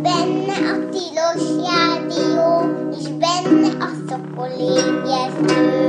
benne a Tilos Rádió, és benne a Szokol Ébresztő.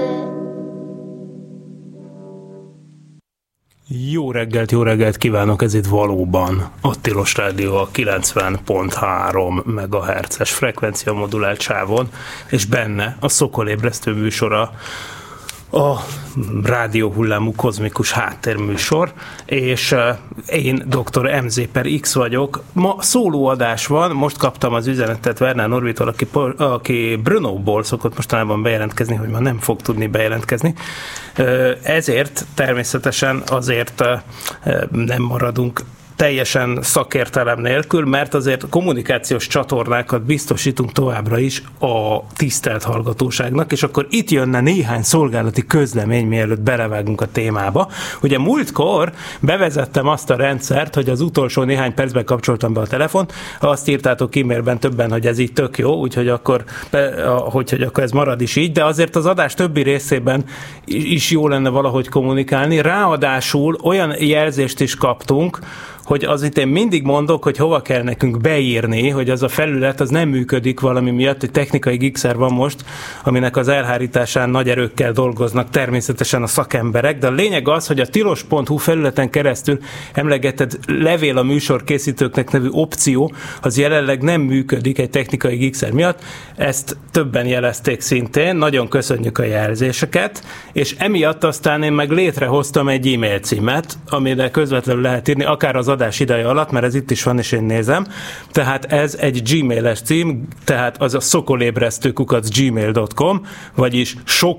Jó reggelt kívánok, ez itt valóban a Tilos Rádió a 90.3 MHz-es frekvencia modulált sávon, és benne a Szokol Ébresztő műsora, a rádióhullámú kozmikus háttérműsor, és én dr. MZ/X vagyok. Ma szólóadás van, most kaptam az üzenetet Werner Norvitól, aki Brnóból szokott mostanában bejelentkezni, hogy ma nem fog tudni bejelentkezni. Ezért természetesen azért nem maradunk teljesen szakértelem nélkül, mert azért kommunikációs csatornákat biztosítunk továbbra is a tisztelt hallgatóságnak, és akkor itt jönne néhány szolgálati közlemény, mielőtt belevágunk a témába. Ugye múltkor bevezettem azt a rendszert, hogy az utolsó néhány percben kapcsoltam be a telefont, azt írtátok e-mailben többen, hogy ez így tök jó, úgyhogy akkor ez marad is így, de azért az adás többi részében is jó lenne valahogy kommunikálni. Ráadásul olyan jelzést is kaptunk, hogy az itt én mindig mondok, hogy hova kell nekünk beírni, hogy az a felület az nem működik valami miatt, hogy technikai gigszer van most, aminek az elhárításán nagy erőkkel dolgoznak természetesen a szakemberek, de a lényeg az, hogy a tilos.hu felületen keresztül emlegetett levél a műsorkészítőknek nevű opció, az jelenleg nem működik egy technikai gigszer miatt, ezt többen jelezték szintén, nagyon köszönjük a jelzéseket, és emiatt aztán én meg létrehoztam egy e-mail címet, amire közvetlenül lehet írni, akár az adás ideje alatt, mert ez itt is van, és én nézem. Tehát ez egy gmail-es cím, tehát az a sokolébresztő@gmail.com, vagyis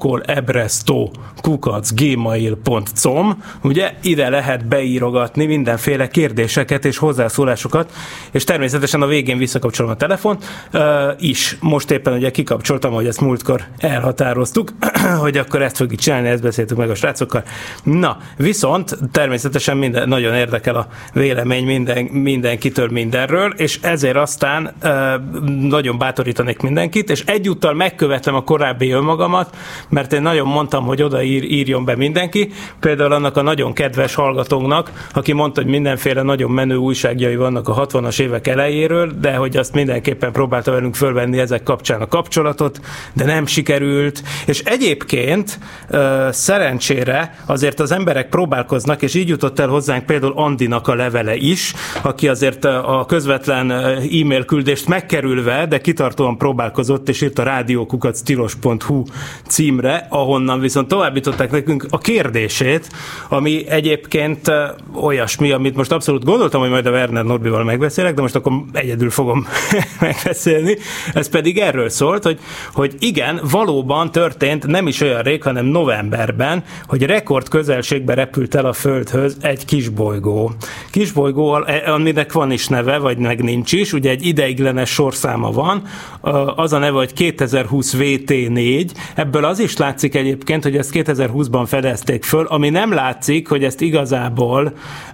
sokolebresztő@gmail.com, ugye ide lehet beírogatni mindenféle kérdéseket és hozzászólásokat, és természetesen a végén visszakapcsolom a telefont is. Most éppen ugye kikapcsoltam, hogy ezt múltkor elhatároztuk, hogy akkor ezt fogjuk csinálni, ezt beszéltük meg a srácokkal. Na, viszont természetesen nagyon érdekel a vélemény mindenkitől mindenről, és ezért aztán nagyon bátorítanék mindenkit, és egyúttal megkövetem a korábbi önmagamat, mert én nagyon mondtam, hogy oda írjon be mindenki, például annak a nagyon kedves hallgatónknak, aki mondta, hogy mindenféle nagyon menő újságjai vannak a 60-as évek elejéről, de hogy azt mindenképpen próbálta velünk fölvenni ezek kapcsán a kapcsolatot, de nem sikerült, és egyébként szerencsére azért az emberek próbálkoznak, és így jutott el hozzánk például Andinak a levele is, aki azért a közvetlen e-mail küldést megkerülve, de kitartóan próbálkozott, és írt a rádiókukac.tilos.hu címre, ahonnan viszont továbbították nekünk a kérdését, ami egyébként olyasmi, amit most abszolút gondoltam, hogy majd a Werner Norbival megbeszélek, de most akkor egyedül fogom megbeszélni. Ez pedig erről szólt, hogy igen, valóban történt, nem is olyan rég, hanem novemberben, hogy rekord közelségbe repült el a Földhöz egy kisbolygó. Kisbolygó, aminek van is neve, vagy meg nincs is, ugye egy ideiglenes sorszáma van, az a neve, hogy 2020 VT4, ebből az is látszik egyébként, hogy ezt 2020-ban fedezték föl, ami nem látszik, hogy ezt igazából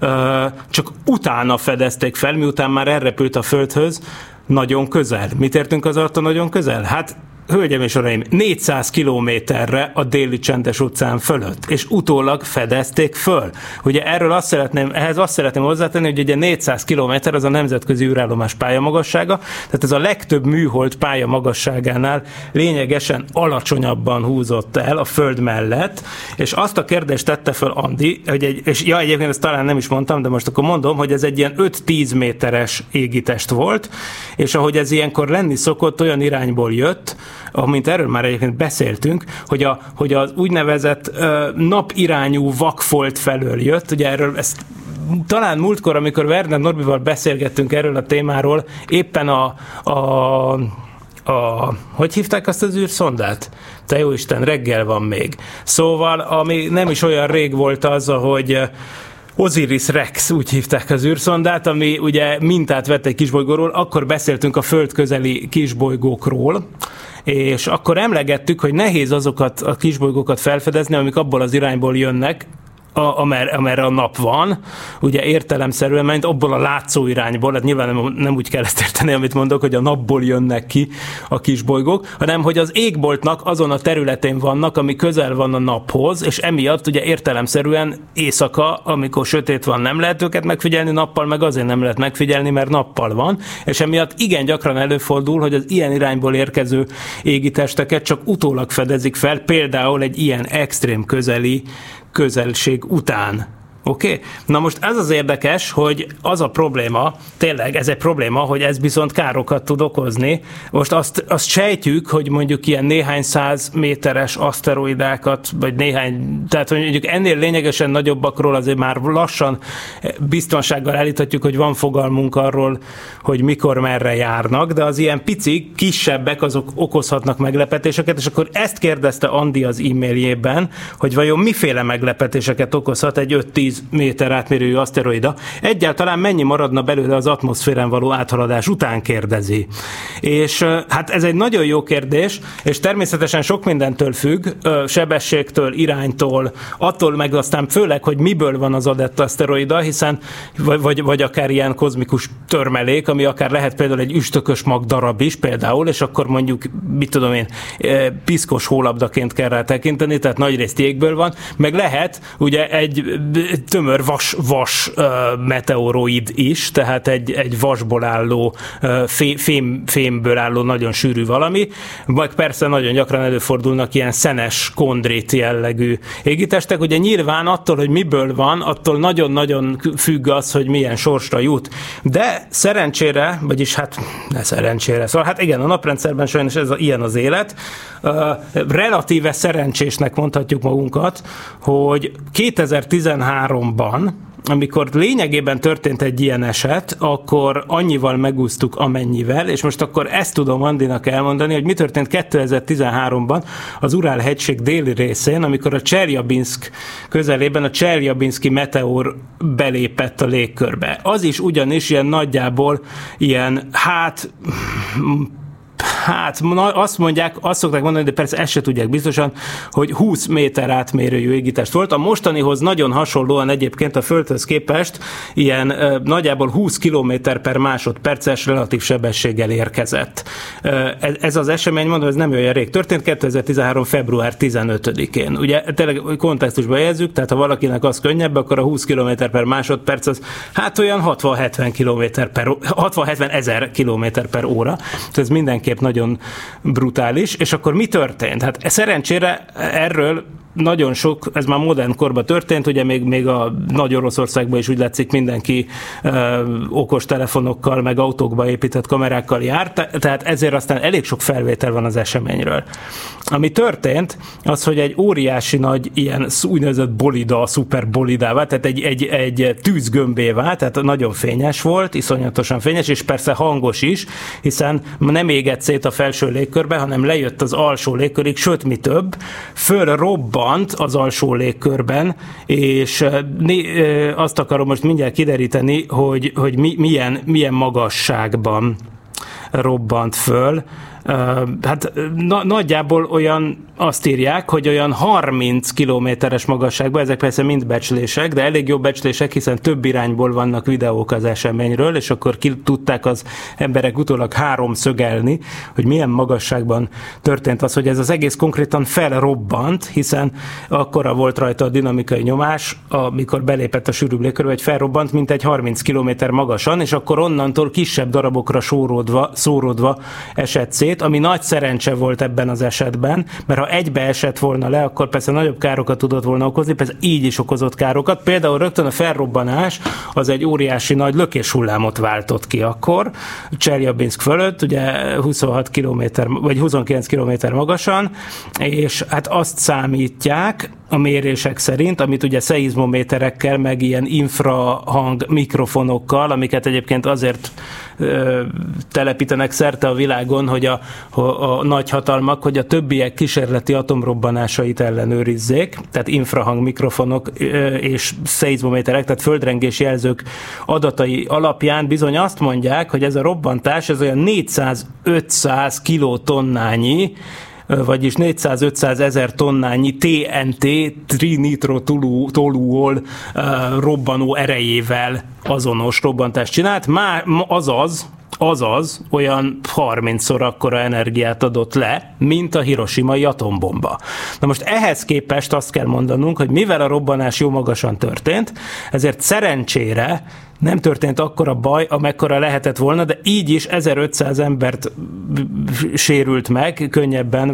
csak utána fedezték fel, miután már elrepült a Földhöz, nagyon közel. Mit értünk az alatt a nagyon közel? Hát hölgyeim és uraim, 400 kilométerre a déli csendes óceán fölött, és utólag fedezték föl. Ugye ehhez azt szeretném hozzátenni, hogy ugye 400 kilométer az a nemzetközi űrállomás pályamagassága, tehát ez a legtöbb műhold pályamagasságánál lényegesen alacsonyabban húzott el a Föld mellett, és azt a kérdést tette föl Andi, hogy egyébként ezt talán nem is mondtam, de most akkor mondom, hogy ez egy ilyen 5-10 méteres égitest volt, és ahogy ez ilyenkor lenni szokott, olyan irányból jött, amint erről már egyébként beszéltünk, hogy az úgynevezett napirányú vakfolt felől jött, ugye erről ezt talán múltkor, amikor Werner Norbival beszélgettünk erről a témáról, éppen hogy hívták azt az űrszondát? Te jóisten, reggel van még. Szóval, ami nem is olyan rég volt az, hogy Osiris Rex, úgy hívták az űrszondát, ami ugye mintát vett egy kisbolygóról, akkor beszéltünk a föld közeli kisbolygókról, és akkor emlegettük, hogy nehéz azokat a kisbolygókat felfedezni, amik abból az irányból jönnek, amerre a nap van, ugye értelemszerűen, mert abból a látszó irányból, hát nyilván nem úgy kell ezt érteni, amit mondok, hogy a napból jönnek ki a kisbolygók, hanem hogy az égboltnak azon a területén vannak, ami közel van a naphoz, és emiatt ugye értelemszerűen éjszaka, amikor sötét van, nem lehet őket megfigyelni, nappal meg azért nem lehet megfigyelni, mert nappal van, és emiatt igen gyakran előfordul, hogy az ilyen irányból érkező égitesteket csak utólag fedezik fel, például egy ilyen extrém közelség után. Oké? Na most ez az érdekes, hogy az a probléma, tényleg ez egy probléma, hogy ez viszont károkat tud okozni. Most azt sejtjük, hogy mondjuk ilyen néhány 100 méteres aszteroidákat, vagy tehát mondjuk ennél lényegesen nagyobbakról azért már lassan biztonsággal állíthatjuk, hogy van fogalmunk arról, hogy mikor merre járnak, de az ilyen pici, kisebbek, azok okozhatnak meglepetéseket, és akkor ezt kérdezte Andi az e-mailjében, hogy vajon miféle meglepetéseket okozhat egy 5-10 méter átmérőjű aszteroida. Egyáltalán mennyi maradna belőle az atmoszférán való áthaladás után, kérdezi. És hát ez egy nagyon jó kérdés, és természetesen sok mindentől függ, sebességtől, iránytól, attól meg aztán főleg, hogy miből van az adott aszteroida, hiszen vagy akár ilyen kozmikus törmelék, ami akár lehet például egy üstökös magdarab is például, és akkor mondjuk, mit tudom én, piszkos hólabdaként kell rá tekinteni, tehát nagyrészt jégből van, meg lehet ugye egy tömör vas meteoroid is, tehát egy vasból álló, fémből álló nagyon sűrű valami, vagy persze nagyon gyakran előfordulnak ilyen szenes, kondrit jellegű égitestek. Ugye nyilván attól, hogy miből van, attól nagyon-nagyon függ az, hogy milyen sorsra jut. De szerencsére, vagyis hát ne szerencsére, szóval hát igen, a naprendszerben sajnos ilyen az élet. Relatíve szerencsésnek mondhatjuk magunkat, hogy 2013-ban, amikor lényegében történt egy ilyen eset, akkor annyival megúsztuk amennyivel, és most akkor ezt tudom Andinak elmondani, hogy mi történt 2013-ban az Urál-hegység déli részén, amikor a Cseljabinszk közelében a Cseljabinszki meteor belépett a légkörbe. Az is ugyanis ilyen nagyjából ilyen, azt szokták mondani, de persze ezt se tudják biztosan, hogy 20 méter átmérőjű égitest volt. A mostanihoz nagyon hasonlóan egyébként a Földhöz képest ilyen nagyjából 20 km per másodperces relatív sebességgel érkezett. Ez az esemény, mondom, ez nem olyan rég történt, 2013. február 15-én. Ugye tényleg kontextusba jelzzük, tehát ha valakinek az könnyebb, akkor a 20 km per másodperc az hát olyan 60-70 ezer km per óra. Ez mindenképp nagyon brutális, és akkor mi történt? Hát szerencsére erről nagyon sok, ez már modern korban történt, ugye még a Nagy Oroszországban is úgy látszik mindenki okos telefonokkal, meg autókba épített kamerákkal járt, tehát ezért aztán elég sok felvétel van az eseményről. Ami történt, az, hogy egy óriási nagy ilyen úgynevezett bolida, szuperbolidává, tehát egy tűzgömbé vált, tehát nagyon fényes volt, iszonyatosan fényes, és persze hangos is, hiszen nem égett szét a felső légkörbe, hanem lejött az alsó légkörig, sőt mi több, fölrobbant az alsó légkörben, és azt akarom most mindjárt kideríteni, hogy milyen magasságban robbant föl. Hát nagyjából olyan, azt írják, hogy olyan 30 kilométeres magasságban, ezek persze mind becslések, de elég jó becslések, hiszen több irányból vannak videók az eseményről, és akkor ki tudták az emberek utólag háromszögelni, hogy milyen magasságban történt az, hogy ez az egész konkrétan felrobbant, hiszen akkora volt rajta a dinamikai nyomás, amikor belépett a sűrűbb légkörbe, hogy felrobbant, mint egy 30 kilométer magasan, és akkor onnantól kisebb darabokra szóródva esett szét, ami nagy szerencse volt ebben az esetben, mert ha egybe esett volna le, akkor persze nagyobb károkat tudott volna okozni, persze így is okozott károkat. Például rögtön a felrobbanás az egy óriási nagy lökéshullámot váltott ki akkor, Cseljabinszk fölött, ugye 26 kilométer, vagy 29 kilométer magasan, és hát azt számítják a mérések szerint, amit ugye szeizmométerekkel, meg ilyen infrahang mikrofonokkal, amiket egyébként azért telepítenek szerte a világon, hogy a nagyhatalmak, hogy a többiek kísérleti atomrobbanásait ellenőrizzék, tehát infrahang mikrofonok és szeizmométerek, tehát földrengés jelzők adatai alapján bizony azt mondják, hogy ez a robbantás, ez olyan 400-500 kilotonnányi vagyis 400-500 ezer tonnányi TNT, trinitrotoluol robbanó erejével azonos robbantást csinált, azaz olyan 30-szor akkora energiát adott le, mint a hiroshimai atombomba. Na most ehhez képest azt kell mondanunk, hogy mivel a robbanás jó magasan történt, ezért szerencsére nem történt akkora baj, amekkora lehetett volna, de így is 1500 embert sérült meg, könnyebben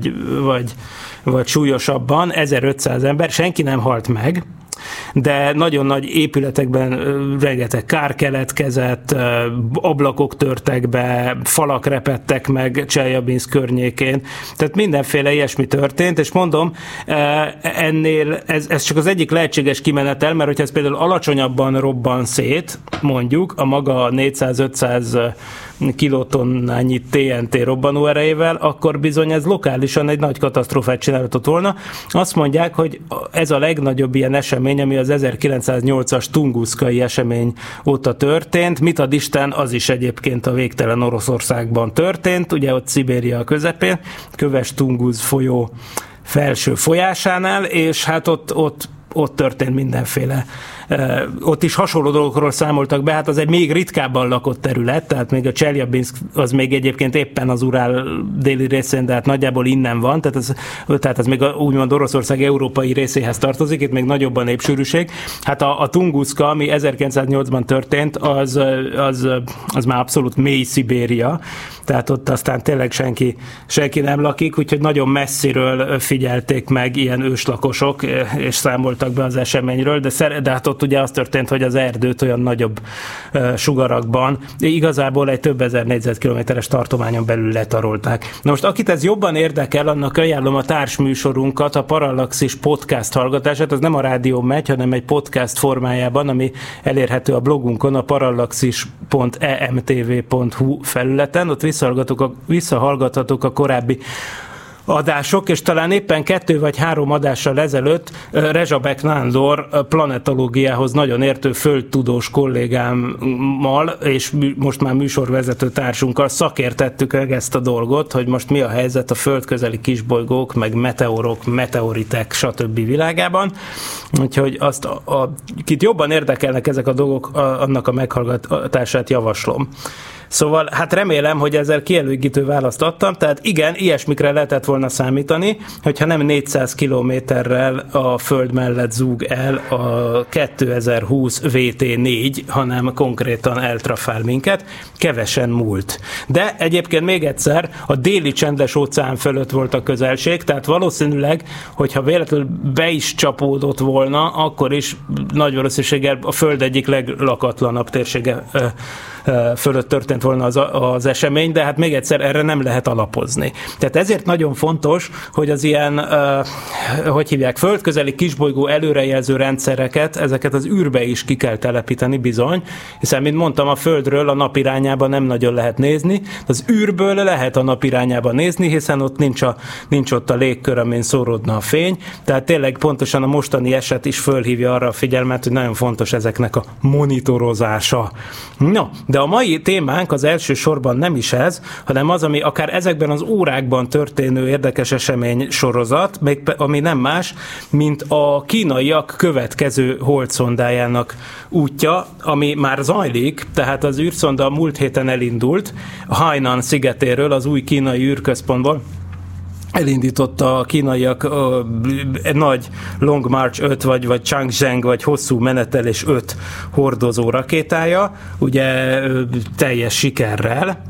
vagy súlyosabban, 1500 ember, senki nem halt meg, de nagyon nagy épületekben rengeteg kár keletkezett, ablakok törtek be, falak repedtek meg Cseljabinszk környékén, tehát mindenféle ilyesmi történt, és mondom, ennél ez csak az egyik lehetséges kimenetel, mert hogyha ez például alacsonyabban robban szét, mondjuk a maga 400-500 kilotonnányi TNT robbanó erejével, akkor bizony ez lokálisan egy nagy katasztrófát csinálhatott volna. Azt mondják, hogy ez a legnagyobb ilyen esemény, ami az 1908-as tunguszkai esemény óta történt. Mit ad Isten, az is egyébként a végtelen Oroszországban történt, ugye ott Szibéria közepén, Köves-Tunguz folyó felső folyásánál, és hát ott történt mindenféle. Ott is hasonló dolgokról számoltak be, hát az egy még ritkábban lakott terület, tehát még a Cseljabinszk az még egyébként éppen az Urál déli részén, de hát nagyjából innen van, tehát ez még úgymond Oroszország európai részéhez tartozik, itt még nagyobb a népsűrűség. Hát a Tunguszka, ami 1908-ban történt, az már abszolút mély Szibéria, tehát ott aztán tényleg senki nem lakik, úgyhogy nagyon messziről figyelték meg ilyen őslakosok, és számoltak be az eseményről, de hát ott ugye az történt, hogy az erdőt olyan nagyobb sugarakban igazából egy több ezer négyzetkilométeres tartományon belül letarolták. Na most akit ez jobban érdekel, annak ajánlom a társműsorunkat, a Parallaxis podcast hallgatását, az nem a rádió megy, hanem egy podcast formájában, ami elérhető a blogunkon, a parallaxis.emtv.hu felületen, ott visszahallgathatók a korábbi adások, és talán éppen 2 vagy 3 adással ezelőtt Rezsabek Nándor planetológiához nagyon értő földtudós kollégámmal, és most már műsorvezető társunkkal szakértettük meg ezt a dolgot, hogy most mi a helyzet a földközeli kisbolygók, meg meteorok, meteoritek, stb. Világában. Úgyhogy akit jobban érdekelnek ezek a dolgok, annak a meghallgatását javaslom. Szóval hát remélem, hogy ezzel kielégítő választ adtam, tehát igen, ilyesmikre lehetett volna számítani, hogyha nem 400 kilométerrel a Föld mellett zúg el a 2020 VT4, hanem konkrétan eltrafál minket, kevesen múlt. De egyébként még egyszer, a déli csendes óceán fölött volt a közelség, tehát valószínűleg, hogyha véletlenül be is csapódott volna, akkor is nagy valószínűséggel a Föld egyik leglakatlanabb térsége fölött történt volna az esemény, de hát még egyszer erre nem lehet alapozni. Tehát ezért nagyon fontos, hogy az ilyen, földközeli kisbolygó előrejelző rendszereket, ezeket az űrbe is ki kell telepíteni bizony, hiszen, mint mondtam, a Földről a nap irányába nem nagyon lehet nézni, az űrből lehet a nap irányába nézni, hiszen ott nincs ott a légkör, amin szóródna a fény, tehát tényleg pontosan a mostani eset is fölhívja arra a figyelmet, hogy nagyon fontos ezeknek a monitorozása. No, de a mai témánk az elsősorban nem is ez, hanem az, ami akár ezekben az órákban történő érdekes esemény sorozat, ami nem más, mint a kínaiak következő holdszondájának útja, ami már zajlik, tehát az űrszonda múlt héten elindult a Hainan szigetéről, az új kínai űrközpontból. Elindította a kínaiak nagy Long March 5 vagy Changzheng vagy hosszú menetelés 5 hordozó rakétája, ugye teljes sikerrel,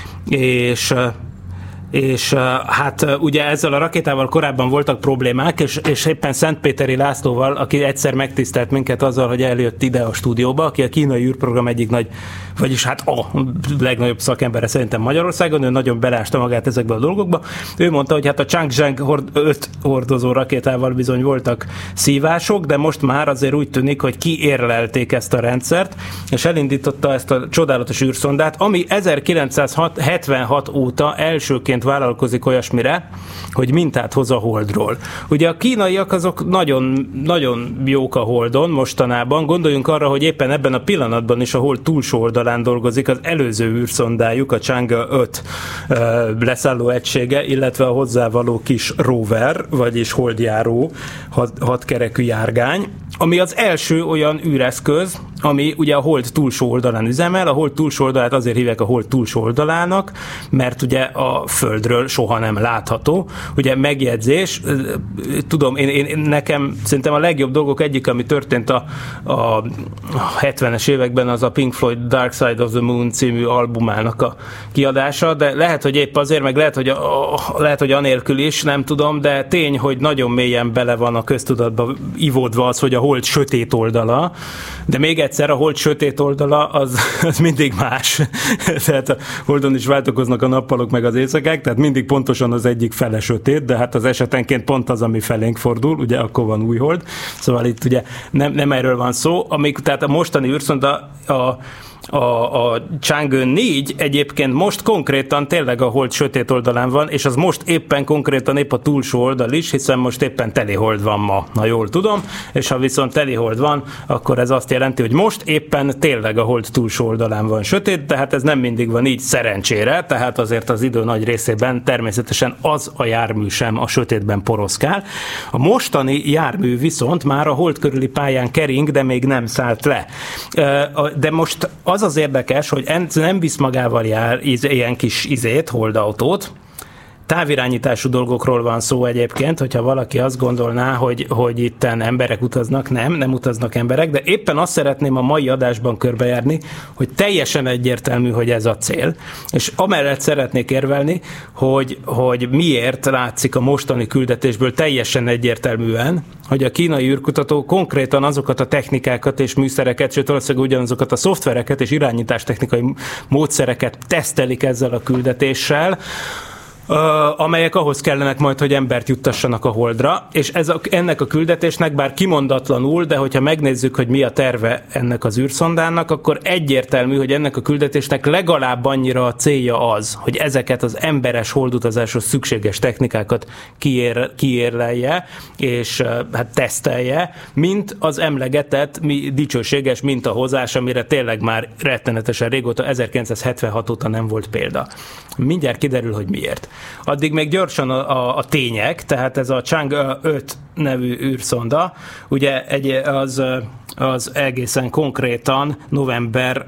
és hát ugye ezzel a rakétával korábban voltak problémák, és éppen Szentpéteri Lászlóval, aki egyszer megtisztelt minket azzal, hogy eljött ide a stúdióba, aki a kínai űrprogram egyik nagy, vagyis hát a legnagyobb szakembere szerintem Magyarországon, ő nagyon belásta magát ezekbe a dolgokba. Ő mondta, hogy hát a Changzheng 5 hordozó rakétával bizony voltak szívások, de most már azért úgy tűnik, hogy kiérlelték ezt a rendszert, és elindította ezt a csodálatos űrszondát, ami 1976 óta elsőként egyébként vállalkozik olyasmire, hogy mintát hoz a Holdról. Ugye a kínaiak azok nagyon, nagyon jók a Holdon mostanában. Gondoljunk arra, hogy éppen ebben a pillanatban is a Hold túlsó oldalán dolgozik az előző űrszondájuk, a Chang'e 5 leszálló egysége, illetve a hozzávaló kis rover, vagyis holdjáró, hatkerekű járgány, ami az első olyan űreszköz, ami ugye a Hold túlsó oldalán üzemel. A Hold túlsó oldalát azért hívják a Hold túlsó oldalának, mert ugye a Földről soha nem látható. Ugye megjegyzés, tudom, nekem szerintem a legjobb dolgok egyik, ami történt a 70-es években, az a Pink Floyd Dark Side of the Moon című albumának a kiadása, de lehet, hogy épp azért, meg lehet, hogy anélkül is, nem tudom, de tény, hogy nagyon mélyen bele van a köztudatba ivódva az, hogy a Hold sötét oldala, de még egyszer a Hold sötét oldala az mindig más. Tehát a Holdon is változnak a nappalok meg az éjszakák, tehát mindig pontosan az egyik fele sötét, de hát az esetenként pont az, ami felénk fordul, ugye akkor van új Hold. Szóval itt ugye nem erről van szó. Tehát a mostani űrszonda a Chang'e 4 egyébként most konkrétan tényleg a Hold sötét oldalán van, és az most éppen konkrétan épp a túlsó oldal is, hiszen most éppen teli Hold van ma, ha jól tudom, és ha viszont teli Hold van, akkor ez azt jelenti, hogy most éppen tényleg a Hold túlsó oldalán van sötét, de hát ez nem mindig van így, szerencsére, tehát azért az idő nagy részében természetesen az a jármű sem a sötétben poroszkál. A mostani jármű viszont már a Hold körüli pályán kering, de még nem szállt le. De most az érdekes, hogy nem visz magával ilyen kis holdautót. Távirányítású dolgokról van szó egyébként, hogyha valaki azt gondolná, hogy itten emberek utaznak, nem utaznak emberek, de éppen azt szeretném a mai adásban körbejárni, hogy teljesen egyértelmű, hogy ez a cél. És amellett szeretnék érvelni, hogy miért látszik a mostani küldetésből teljesen egyértelműen, hogy a kínai űrkutató konkrétan azokat a technikákat és műszereket, sőt valószínűleg ugyanazokat a szoftvereket és irányítástechnikai módszereket tesztelik ezzel a küldetéssel, amelyek ahhoz kellenek majd, hogy embert juttassanak a Holdra, és ennek a küldetésnek bár kimondatlanul, de hogyha megnézzük, hogy mi a terve ennek az űrszondának, akkor egyértelmű, hogy ennek a küldetésnek legalább annyira a célja az, hogy ezeket az emberes holdutazáshoz szükséges technikákat kiérlelje, és hát tesztelje, mint az emlegetett dicsőséges mintahozás, amire tényleg már rettenetesen régóta, 1976 óta nem volt példa. Mindjárt kiderül, hogy miért. Addig még gyorsan a tények, tehát ez a Chang'e 5 nevű űrszonda, ugye az egészen konkrétan november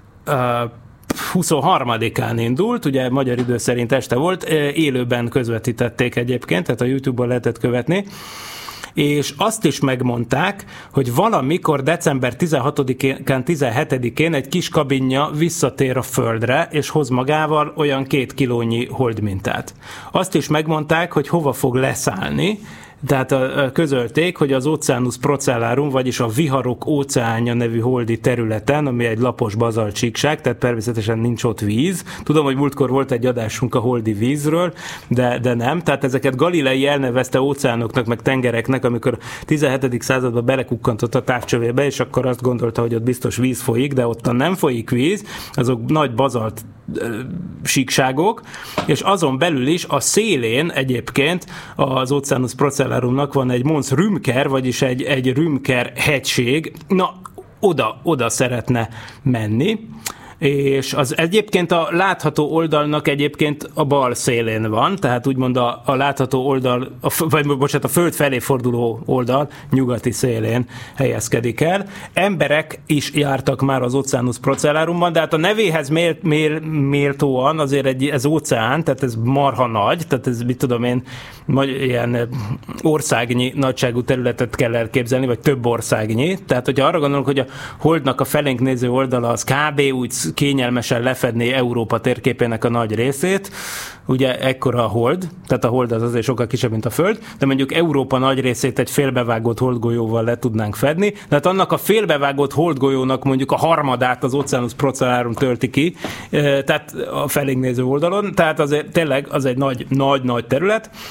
23-án indult, ugye magyar idő szerint este volt, élőben közvetítették egyébként, tehát a YouTube-on lehetett követni, és azt is megmondták, hogy valamikor december 16-án, 17-én egy kis kabinja visszatér a Földre, és hoz magával olyan 2 kilónyi holdmintát. Azt is megmondták, hogy hova fog leszállni, tehát közölték, hogy az Oceanus Procellarum, vagyis a Viharok óceánja nevű holdi területen, ami egy lapos bazaltsíkság, tehát természetesen nincs ott víz. Tudom, hogy múltkor volt egy adásunk a holdi vízről, de nem. Tehát ezeket Galilei elnevezte óceánoknak, meg tengereknek, amikor 17. században belekukkantott a távcsövébe, és akkor azt gondolta, hogy ott biztos víz folyik, de ottan nem folyik víz, azok nagy bazalt síkságok, és azon belül is a szélén egyébként az Oceanus Procellárumnak van egy Mons Rümker, vagyis egy Rümker hegység, na oda szeretne menni, és az egyébként a látható oldalnak egyébként a bal szélén van, tehát úgymond a látható oldal, a Föld felé forduló oldal nyugati szélén helyezkedik el. Emberek is jártak már az Oceanus Procellárumban, de hát a nevéhez méltóan azért ez óceán, tehát ez marha nagy, tehát ez mit tudom én, ilyen országnyi nagyságú területet kell elképzelni, vagy több országnyi. Tehát, hogyha arra gondolunk, hogy a Holdnak a felénk néző oldala az kb. Úgy kényelmesen lefedné Európa térképének a nagy részét, ugye ekkora a Hold, tehát a Hold az azért sokkal kisebb, mint a Föld, de mondjuk Európa nagy részét egy félbevágott holdgolyóval le tudnánk fedni, de hát annak a félbevágott holdgolyónak mondjuk a harmadát az Oceanus Procellarum tölti ki, tehát a felénk néző oldalon, tehát azért tényleg az egy nagy terület.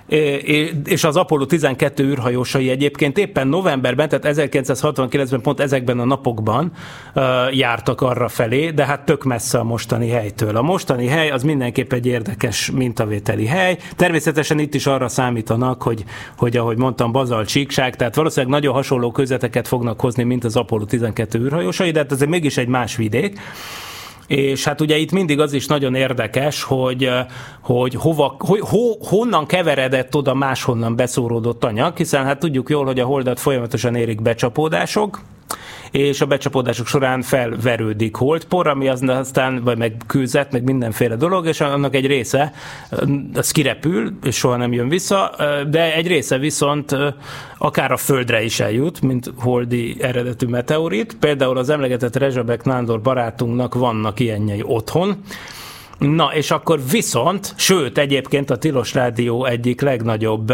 és az Apollo 12 űrhajósai egyébként éppen novemberben, tehát 1969-ben pont ezekben a napokban jártak arra felé, de hát tök messze a mostani helytől. A mostani hely az mindenképp egy érdekes mintavételi hely. Természetesen itt is arra számítanak, hogy ahogy mondtam, bazalt síkság, tehát valószínűleg nagyon hasonló kőzeteket fognak hozni, mint az Apollo 12 űrhajósai, de hát ez mégis egy más vidék. És hát ugye itt mindig az is nagyon érdekes, hogy honnan keveredett oda máshonnan beszóródott anyag, hiszen hát tudjuk jól, hogy a Holdat folyamatosan érik becsapódások, és a becsapódások során felverődik holdpor, ami aztán, vagy meg kőzet, meg mindenféle dolog, és annak egy része az kirepül, és soha nem jön vissza, de egy része viszont akár a Földre is eljut, mint holdi eredetű meteorit. Például az emlegetett Rezsebek Nándor barátunknak vannak ilyenjei otthon. Na, és akkor viszont, sőt, egyébként a Tilos Rádió egyik legnagyobb,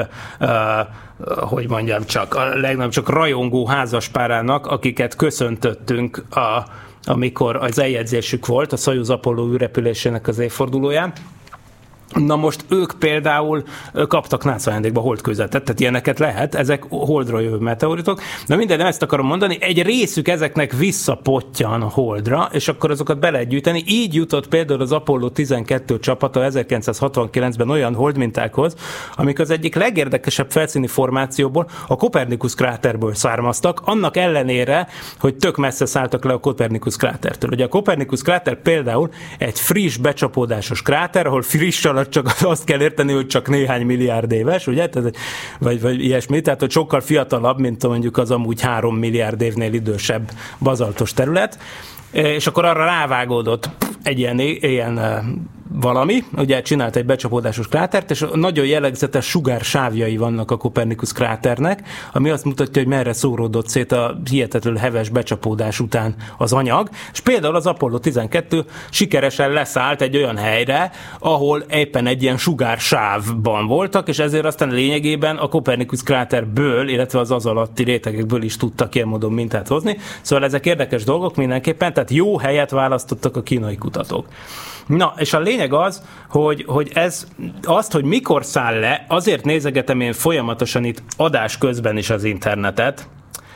csak rajongó házaspárának, akiket köszöntöttünk, amikor az eljegyzésük volt, a Szajuz Apollo űrrepülésének az évfordulóján. Na most ők például kaptak NASA ajándékba holdkőzetet, tehát ilyeneket lehet, ezek holdra jövő meteoritok. Na minden, nem ezt akarom mondani, egy részük ezeknek visszapottyan a holdra, és akkor azokat be lehet gyűjteni. Így jutott például az Apollo 12 csapata 1969-ben olyan holdmintákhoz, amik az egyik legérdekesebb felszíni formációból, a Kopernikus kráterből származtak, annak ellenére, hogy tök messze szálltak le a Kopernikus krátertől. Ugye a Kopernikus kráter például egy friss becsapódásos kráter, ahol friss alatt csak azt kell érteni, hogy csak néhány milliárd éves, ugye? Vagy ilyesmi, tehát hogy sokkal fiatalabb, mint mondjuk az amúgy 3 milliárd évnél idősebb bazaltos terület, és akkor arra rávágódott egy ilyen valami, ugye csinált egy becsapódásos krátert, és nagyon jellegzetes sugársávjai vannak a Kopernikus kráternek, ami azt mutatja, hogy merre szóródott szét a hihetetlenül heves becsapódás után az anyag, és például az Apollo 12 sikeresen leszállt egy olyan helyre, ahol éppen egy ilyen sugársávban voltak, és ezért aztán lényegében a Kopernikus kráterből, illetve az alatti rétegekből is tudtak ilyen módon mintát hozni. Szóval ezek érdekes dolgok mindenképpen, tehát jó helyet választottak a kínai kutatók. Na, és a lényeg az, hogy hogy mikor száll le, azért nézegetem én folyamatosan itt adás közben is az internetet,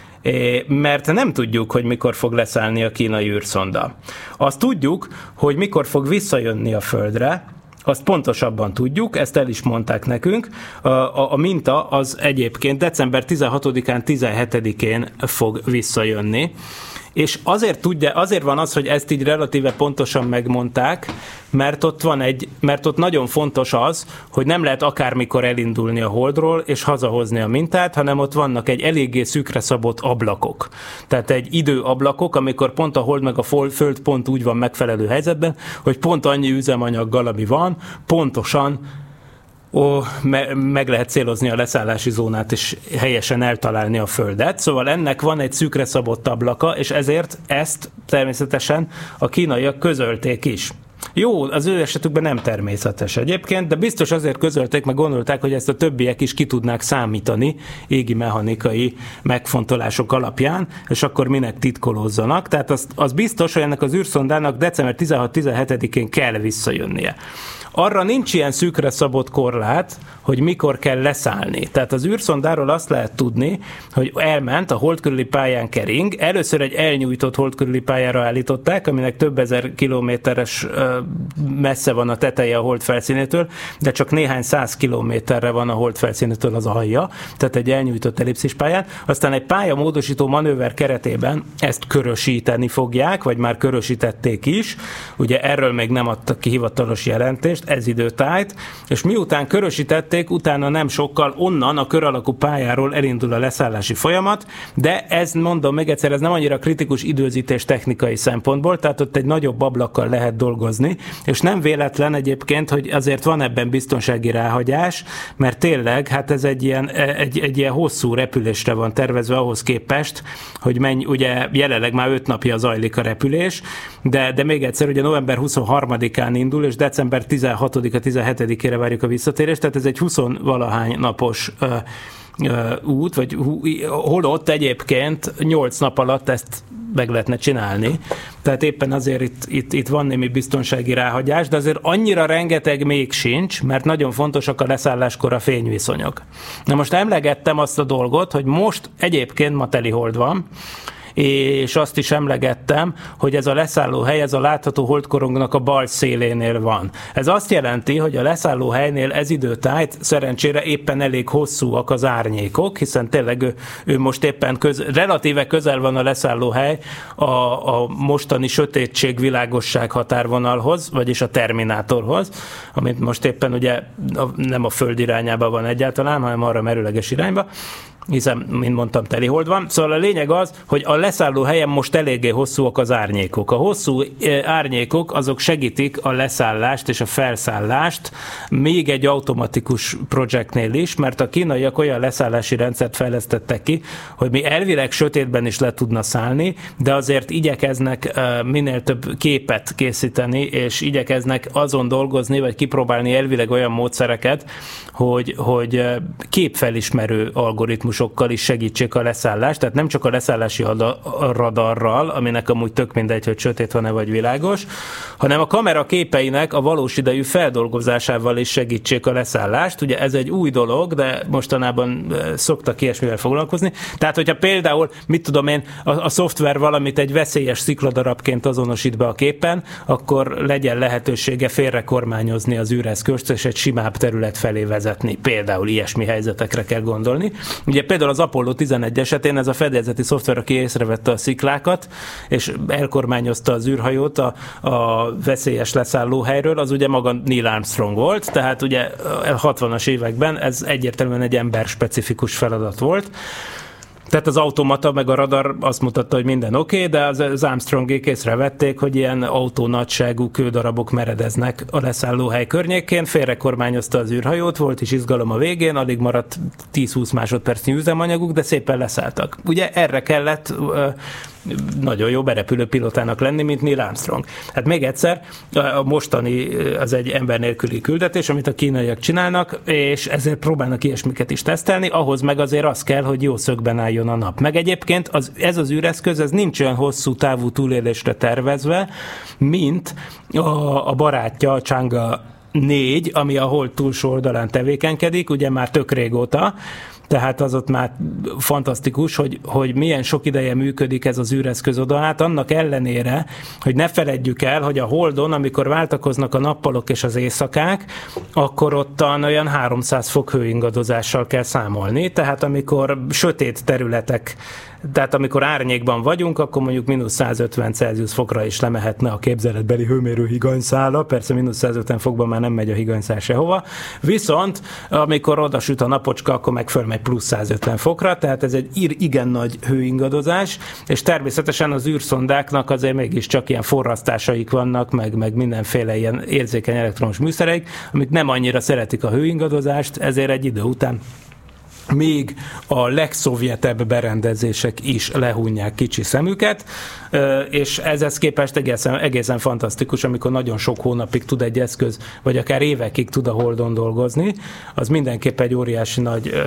mert nem tudjuk, hogy mikor fog leszállni a kínai űrszonda. Azt tudjuk, hogy mikor fog visszajönni a Földre, azt pontosabban tudjuk, ezt el is mondták nekünk. A minta az egyébként december 16-án, 17-én fog visszajönni. És azért van az, hogy ezt így relatíve pontosan megmondták, mert ott nagyon fontos az, hogy nem lehet akármikor elindulni a Holdról és hazahozni a mintát, hanem ott vannak egy eléggé szűkre szabott ablakok. Tehát egy időablakok, amikor pont a Hold meg a Föld pont úgy van megfelelő helyzetben, hogy pont annyi üzemanyaggal, ami van, pontosan meg lehet célozni a leszállási zónát, és helyesen eltalálni a Földet. Szóval ennek van egy szűkre szabott ablaka, és ezért ezt természetesen a kínaiak közölték is. Jó, az ő esetükben nem természetes egyébként, de biztos azért közölték, meg gondolták, hogy ezt a többiek is ki tudnák számítani égi mechanikai megfontolások alapján, és akkor minek titkolózzanak. Tehát az biztos, hogy ennek az űrszondának december 16-17-én kell visszajönnie. Arra nincs ilyen szűkre szabott korlát, hogy mikor kell leszállni. Tehát az űrszondáról azt lehet tudni, hogy elment, a hold körüli pályán kering, először egy elnyújtott hold körüli pályára állították, aminek több ezer kilométeres messze van a teteje a hold felszínétől, de csak néhány 100 kilométerre van a hold felszínétől az alja, tehát egy elnyújtott ellipszis pályán. Aztán egy pályamódosító manőver keretében ezt körösíteni fogják, vagy már körösítették is. Ugye erről még nem adtak ki hivatalos jelentést, ez időtájt, és miután körösítették, utána nem sokkal onnan a kör alakú pályáról elindul a leszállási folyamat, de ez, mondom még egyszer, ez nem annyira kritikus időzítés technikai szempontból, tehát ott egy nagyobb ablakkal lehet dolgozni, és nem véletlen egyébként, hogy azért van ebben biztonsági ráhagyás, mert tényleg, hát ez egy ilyen hosszú repülésre van tervezve ahhoz képest, hogy ugye jelenleg már 5 napja zajlik a repülés, de még egyszer, ugye november 23-án indul, és december 16-a, 17-ére várjuk a visszatérést, tehát ez egy 20-valahány napos út, vagy holott egyébként 8 nap alatt ezt meg lehetne csinálni. Tehát éppen azért itt van némi biztonsági ráhagyás, de azért annyira rengeteg még sincs, mert nagyon fontosak a leszálláskor a fényviszonyok. Na most emlegettem azt a dolgot, hogy most egyébként ma telihold van, és azt is emlegettem, hogy ez a leszállóhely, ez a látható holdkorongnak a bal szélénél van. Ez azt jelenti, hogy a leszállóhelynél ez időtájt szerencsére éppen elég hosszúak az árnyékok, hiszen tényleg ő most éppen relatíve közel van a leszállóhely a mostani sötétség világosság határvonalhoz, vagyis a terminátorhoz, amit most éppen ugye nem a föld irányába van egyáltalán, hanem arra merőleges irányba, hiszen, mint mondtam, telihold van. Szóval a lényeg az, hogy a leszálló helyen most eléggé hosszúak az árnyékok. A hosszú árnyékok azok segítik a leszállást és a felszállást még egy automatikus projektnél is, mert a kínaiak olyan leszállási rendszert fejlesztettek ki, hogy mi elvileg sötétben is le tudna szállni, de azért igyekeznek minél több képet készíteni, és igyekeznek azon dolgozni, vagy kipróbálni elvileg olyan módszereket, hogy képfelismerő algoritmusokkal is segítsék a leszállást, tehát nem csak a leszállási radarral, aminek amúgy tök mindegy, hogy sötét van-e vagy világos, hanem a kamera képeinek a valós idejű feldolgozásával is segítsék a leszállást. Ugye ez egy új dolog, de mostanában szoktak ilyesmivel foglalkozni. Tehát, hogyha például, mit tudom én, a szoftver valamit egy veszélyes szikladarabként azonosít be a képen, akkor legyen lehetősége félrekormányozni az űreszközt, és egy simább terület felé vezetni. Például ilyesmi helyzetekre kell gondolni. Ugye például az Apollo 11 esetén ez a fedélzeti szoftver, aki észrevette a sziklákat, és elkormányozta az űrhajót a veszélyes leszállóhelyről, az ugye maga Neil Armstrong volt, tehát ugye a 60-as években ez egyértelműen egy emberspecifikus feladat volt. Tehát az automata meg a radar azt mutatta, hogy minden oké, de az Armstrongék észrevették, hogy ilyen autónagyságú kődarabok meredeznek a leszállóhely környékén, félrekormányozta az űrhajót, volt is izgalom a végén, alig maradt 10-20 másodpercnyi üzemanyaguk, de szépen leszálltak. Ugye erre kellett nagyon jó berepülő pilotának lenni, mint Neil Armstrong. Hát még egyszer, a mostani az egy ember nélküli küldetés, amit a kínaiak csinálnak, és ezért próbálnak ilyesmiket is tesztelni, ahhoz meg azért az kell, hogy jó szögben álljon a nap. Meg egyébként ez az űreszköz, ez nincs olyan hosszú távú túlélésre tervezve, mint a barátja, a Chang'e 4, ami a hold túlsó oldalán tevékenykedik, ugye már tök régóta, tehát az ott már fantasztikus, hogy milyen sok ideje működik ez az űreszköz oda. Hát annak ellenére, hogy ne feledjük el, hogy a Holdon, amikor váltakoznak a nappalok és az éjszakák, akkor ottan olyan 300 fok hőingadozással kell számolni. Tehát amikor sötét területek, tehát amikor árnyékban vagyunk, akkor mondjuk mínusz 150 Celsius fokra is lemehetne a képzeletbeli hőmérő higanyszála, persze mínusz 150 fokban már nem megy a higanyszál sehova, viszont amikor odasüt a napocska, akkor meg fölmegy plusz 150 fokra, tehát ez egy igen nagy hőingadozás, és természetesen az űrszondáknak azért mégiscsak ilyen forrasztásaik vannak, meg mindenféle ilyen érzékeny elektromos műszereik, amik nem annyira szeretik a hőingadozást, ezért egy idő után még a legszovjetebb berendezések is lehúnyják kicsi szemüket, és ezhez képest egészen fantasztikus, amikor nagyon sok hónapig tud egy eszköz, vagy akár évekig tud a Holdon dolgozni, az mindenképp egy óriási nagy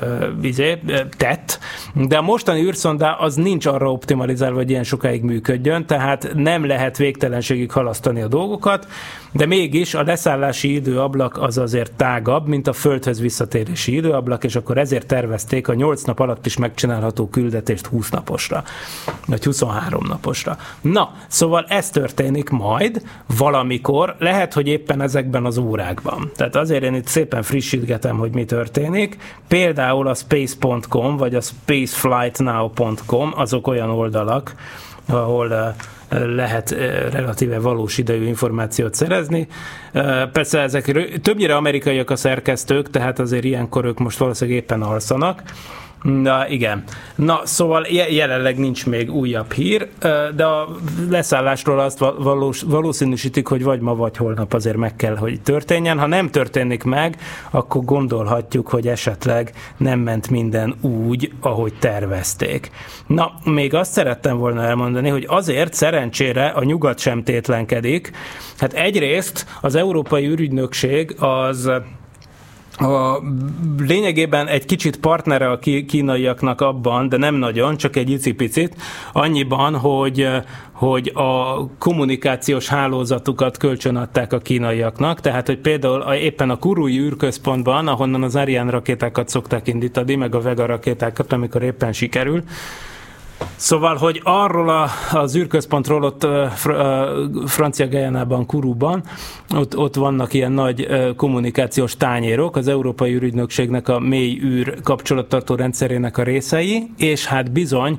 tett, de a mostani űrszonda az nincs arra optimalizálva, hogy ilyen sokáig működjön, tehát nem lehet végtelenségig halasztani a dolgokat, de mégis a leszállási időablak az azért tágabb, mint a Földhöz visszatérési időablak, és akkor ezért tervezték a 8 nap alatt is megcsinálható küldetést 20 naposra, vagy 23 naposra. Na, szóval ez történik majd valamikor, lehet, hogy éppen ezekben az órákban. Tehát azért én itt szépen frissítgetem, hogy mi történik. Például a space.com vagy a spaceflightnow.com azok olyan oldalak, ahol lehet relatíve valós idejű információt szerezni. Persze ezek többnyire amerikaiak a szerkesztők, tehát azért ilyenkor ők most valószínűleg éppen alszanak. Na igen. Na szóval jelenleg nincs még újabb hír, de a leszállásról azt valószínűsítik, hogy vagy ma, vagy holnap azért meg kell, hogy történjen. Ha nem történik meg, akkor gondolhatjuk, hogy esetleg nem ment minden úgy, ahogy tervezték. Na, még azt szerettem volna elmondani, hogy azért szerencsére a nyugat sem tétlenkedik. Hát egyrészt az Európai űrügynökség az lényegében egy kicsit partnere a kínaiaknak abban, de nem nagyon, csak egy icipicit, annyiban, hogy a kommunikációs hálózatukat kölcsönadták a kínaiaknak, tehát, hogy például éppen a Kurui űrközpontban, ahonnan az Ariane rakétákat szokták indítani, meg a Vega rakétákat, amikor éppen sikerül. Szóval, hogy arról az űrközpontról ott Francia Guyanában, Kourouban, ott vannak ilyen nagy kommunikációs tányérok, az Európai űrügynökségnek a mély űr kapcsolattartó rendszerének a részei, és hát bizony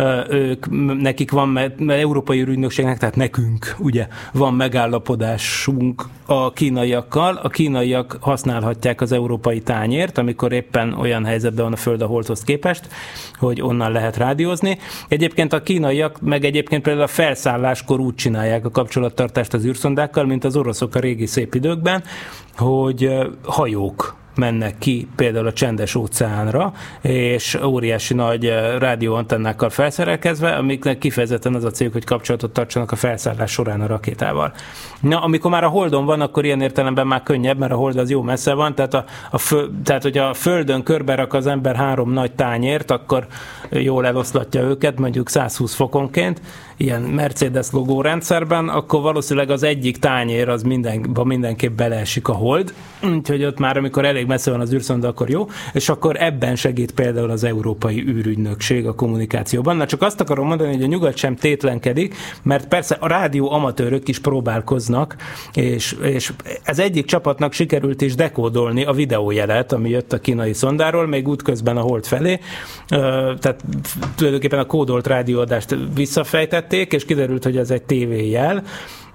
nekik van, Európai űrügynökségnek, tehát nekünk ugye van megállapodásunk a kínaiakkal, a kínaiak használhatják az európai tányért, amikor éppen olyan helyzetben van a Föld a Holdhoz képest, hogy onnan lehet rádiózni. Egyébként a kínaiak meg egyébként például a felszálláskor úgy csinálják a kapcsolattartást az űrszondákkal, mint az oroszok a régi szép időkben, hogy hajók mennek ki például a Csendes-óceánra, és óriási nagy rádióantennákkal felszerelkezve, amiknek kifejezetten az a céljuk, hogy kapcsolatot tartsanak a felszállás során a rakétával. Na, amikor már a Holdon van, akkor ilyen értelemben már könnyebb, mert a Hold az jó messze van, tehát, tehát hogy a Földön körbe rak az ember 3 nagy tányért, akkor jól eloszlatja őket, mondjuk 120 fokonként, ilyen Mercedes logó rendszerben, akkor valószínűleg az egyik tányér az mindenképp beleesik a Hold, úgyhogy ott már amikor elég messze van az űrszonda, akkor jó, és akkor ebben segít például az Európai űrügynökség a kommunikációban. Na csak azt akarom mondani, hogy a nyugat sem tétlenkedik, mert persze a rádió amatőrök is próbálkoznak, és ez egyik csapatnak sikerült is dekódolni a videójelet, ami jött a kínai szondáról, még útközben a Hold felé, tehát tulajdonképpen a kódolt rádióadást visszafejtették, és kiderült, hogy ez egy tévéjel,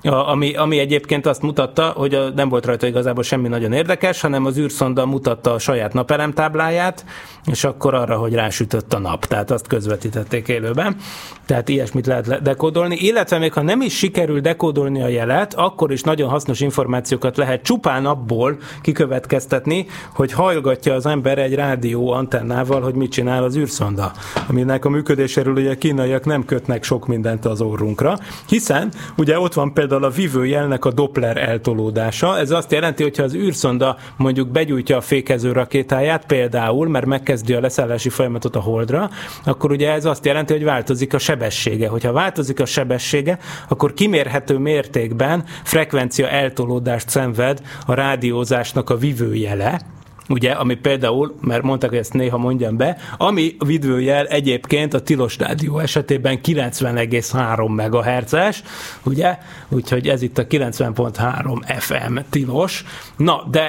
ami egyébként azt mutatta, hogy nem volt rajta igazából semmi nagyon érdekes, hanem az űrszonda mutatta a saját napelemtábláját, és akkor arra, hogy rásütött a nap. Tehát azt közvetítették élőben. Tehát ilyesmit lehet dekódolni. Illetve még ha nem is sikerül dekódolni a jelet, akkor is nagyon hasznos információkat lehet csupán abból kikövetkeztetni, hogy hallgatja az ember egy rádió antennával, hogy mit csinál az űrszonda. Aminek a működéséről ugye a kínaiak nem kötnek sok mindent az orrunkra, hiszen ugye ott van például a vívőjelnek a Doppler eltolódása. Ez azt jelenti, hogyha az űrszonda mondjuk begyújtja a fékező rakétáját például, mert megkezdi a leszállási folyamatot a Holdra, akkor ugye ez azt jelenti, hogy változik a sebessége. Hogyha változik a sebessége, akkor kimérhető mértékben frekvencia eltolódást szenved a rádiózásnak a vívőjele, ugye, ami például, mert mondták, hogy ezt néha mondjam be, ami a vívőjel egyébként a tilos rádió esetében 90,3 MHz-es, ugye, úgyhogy ez itt a 90.3 FM tilos. Na, de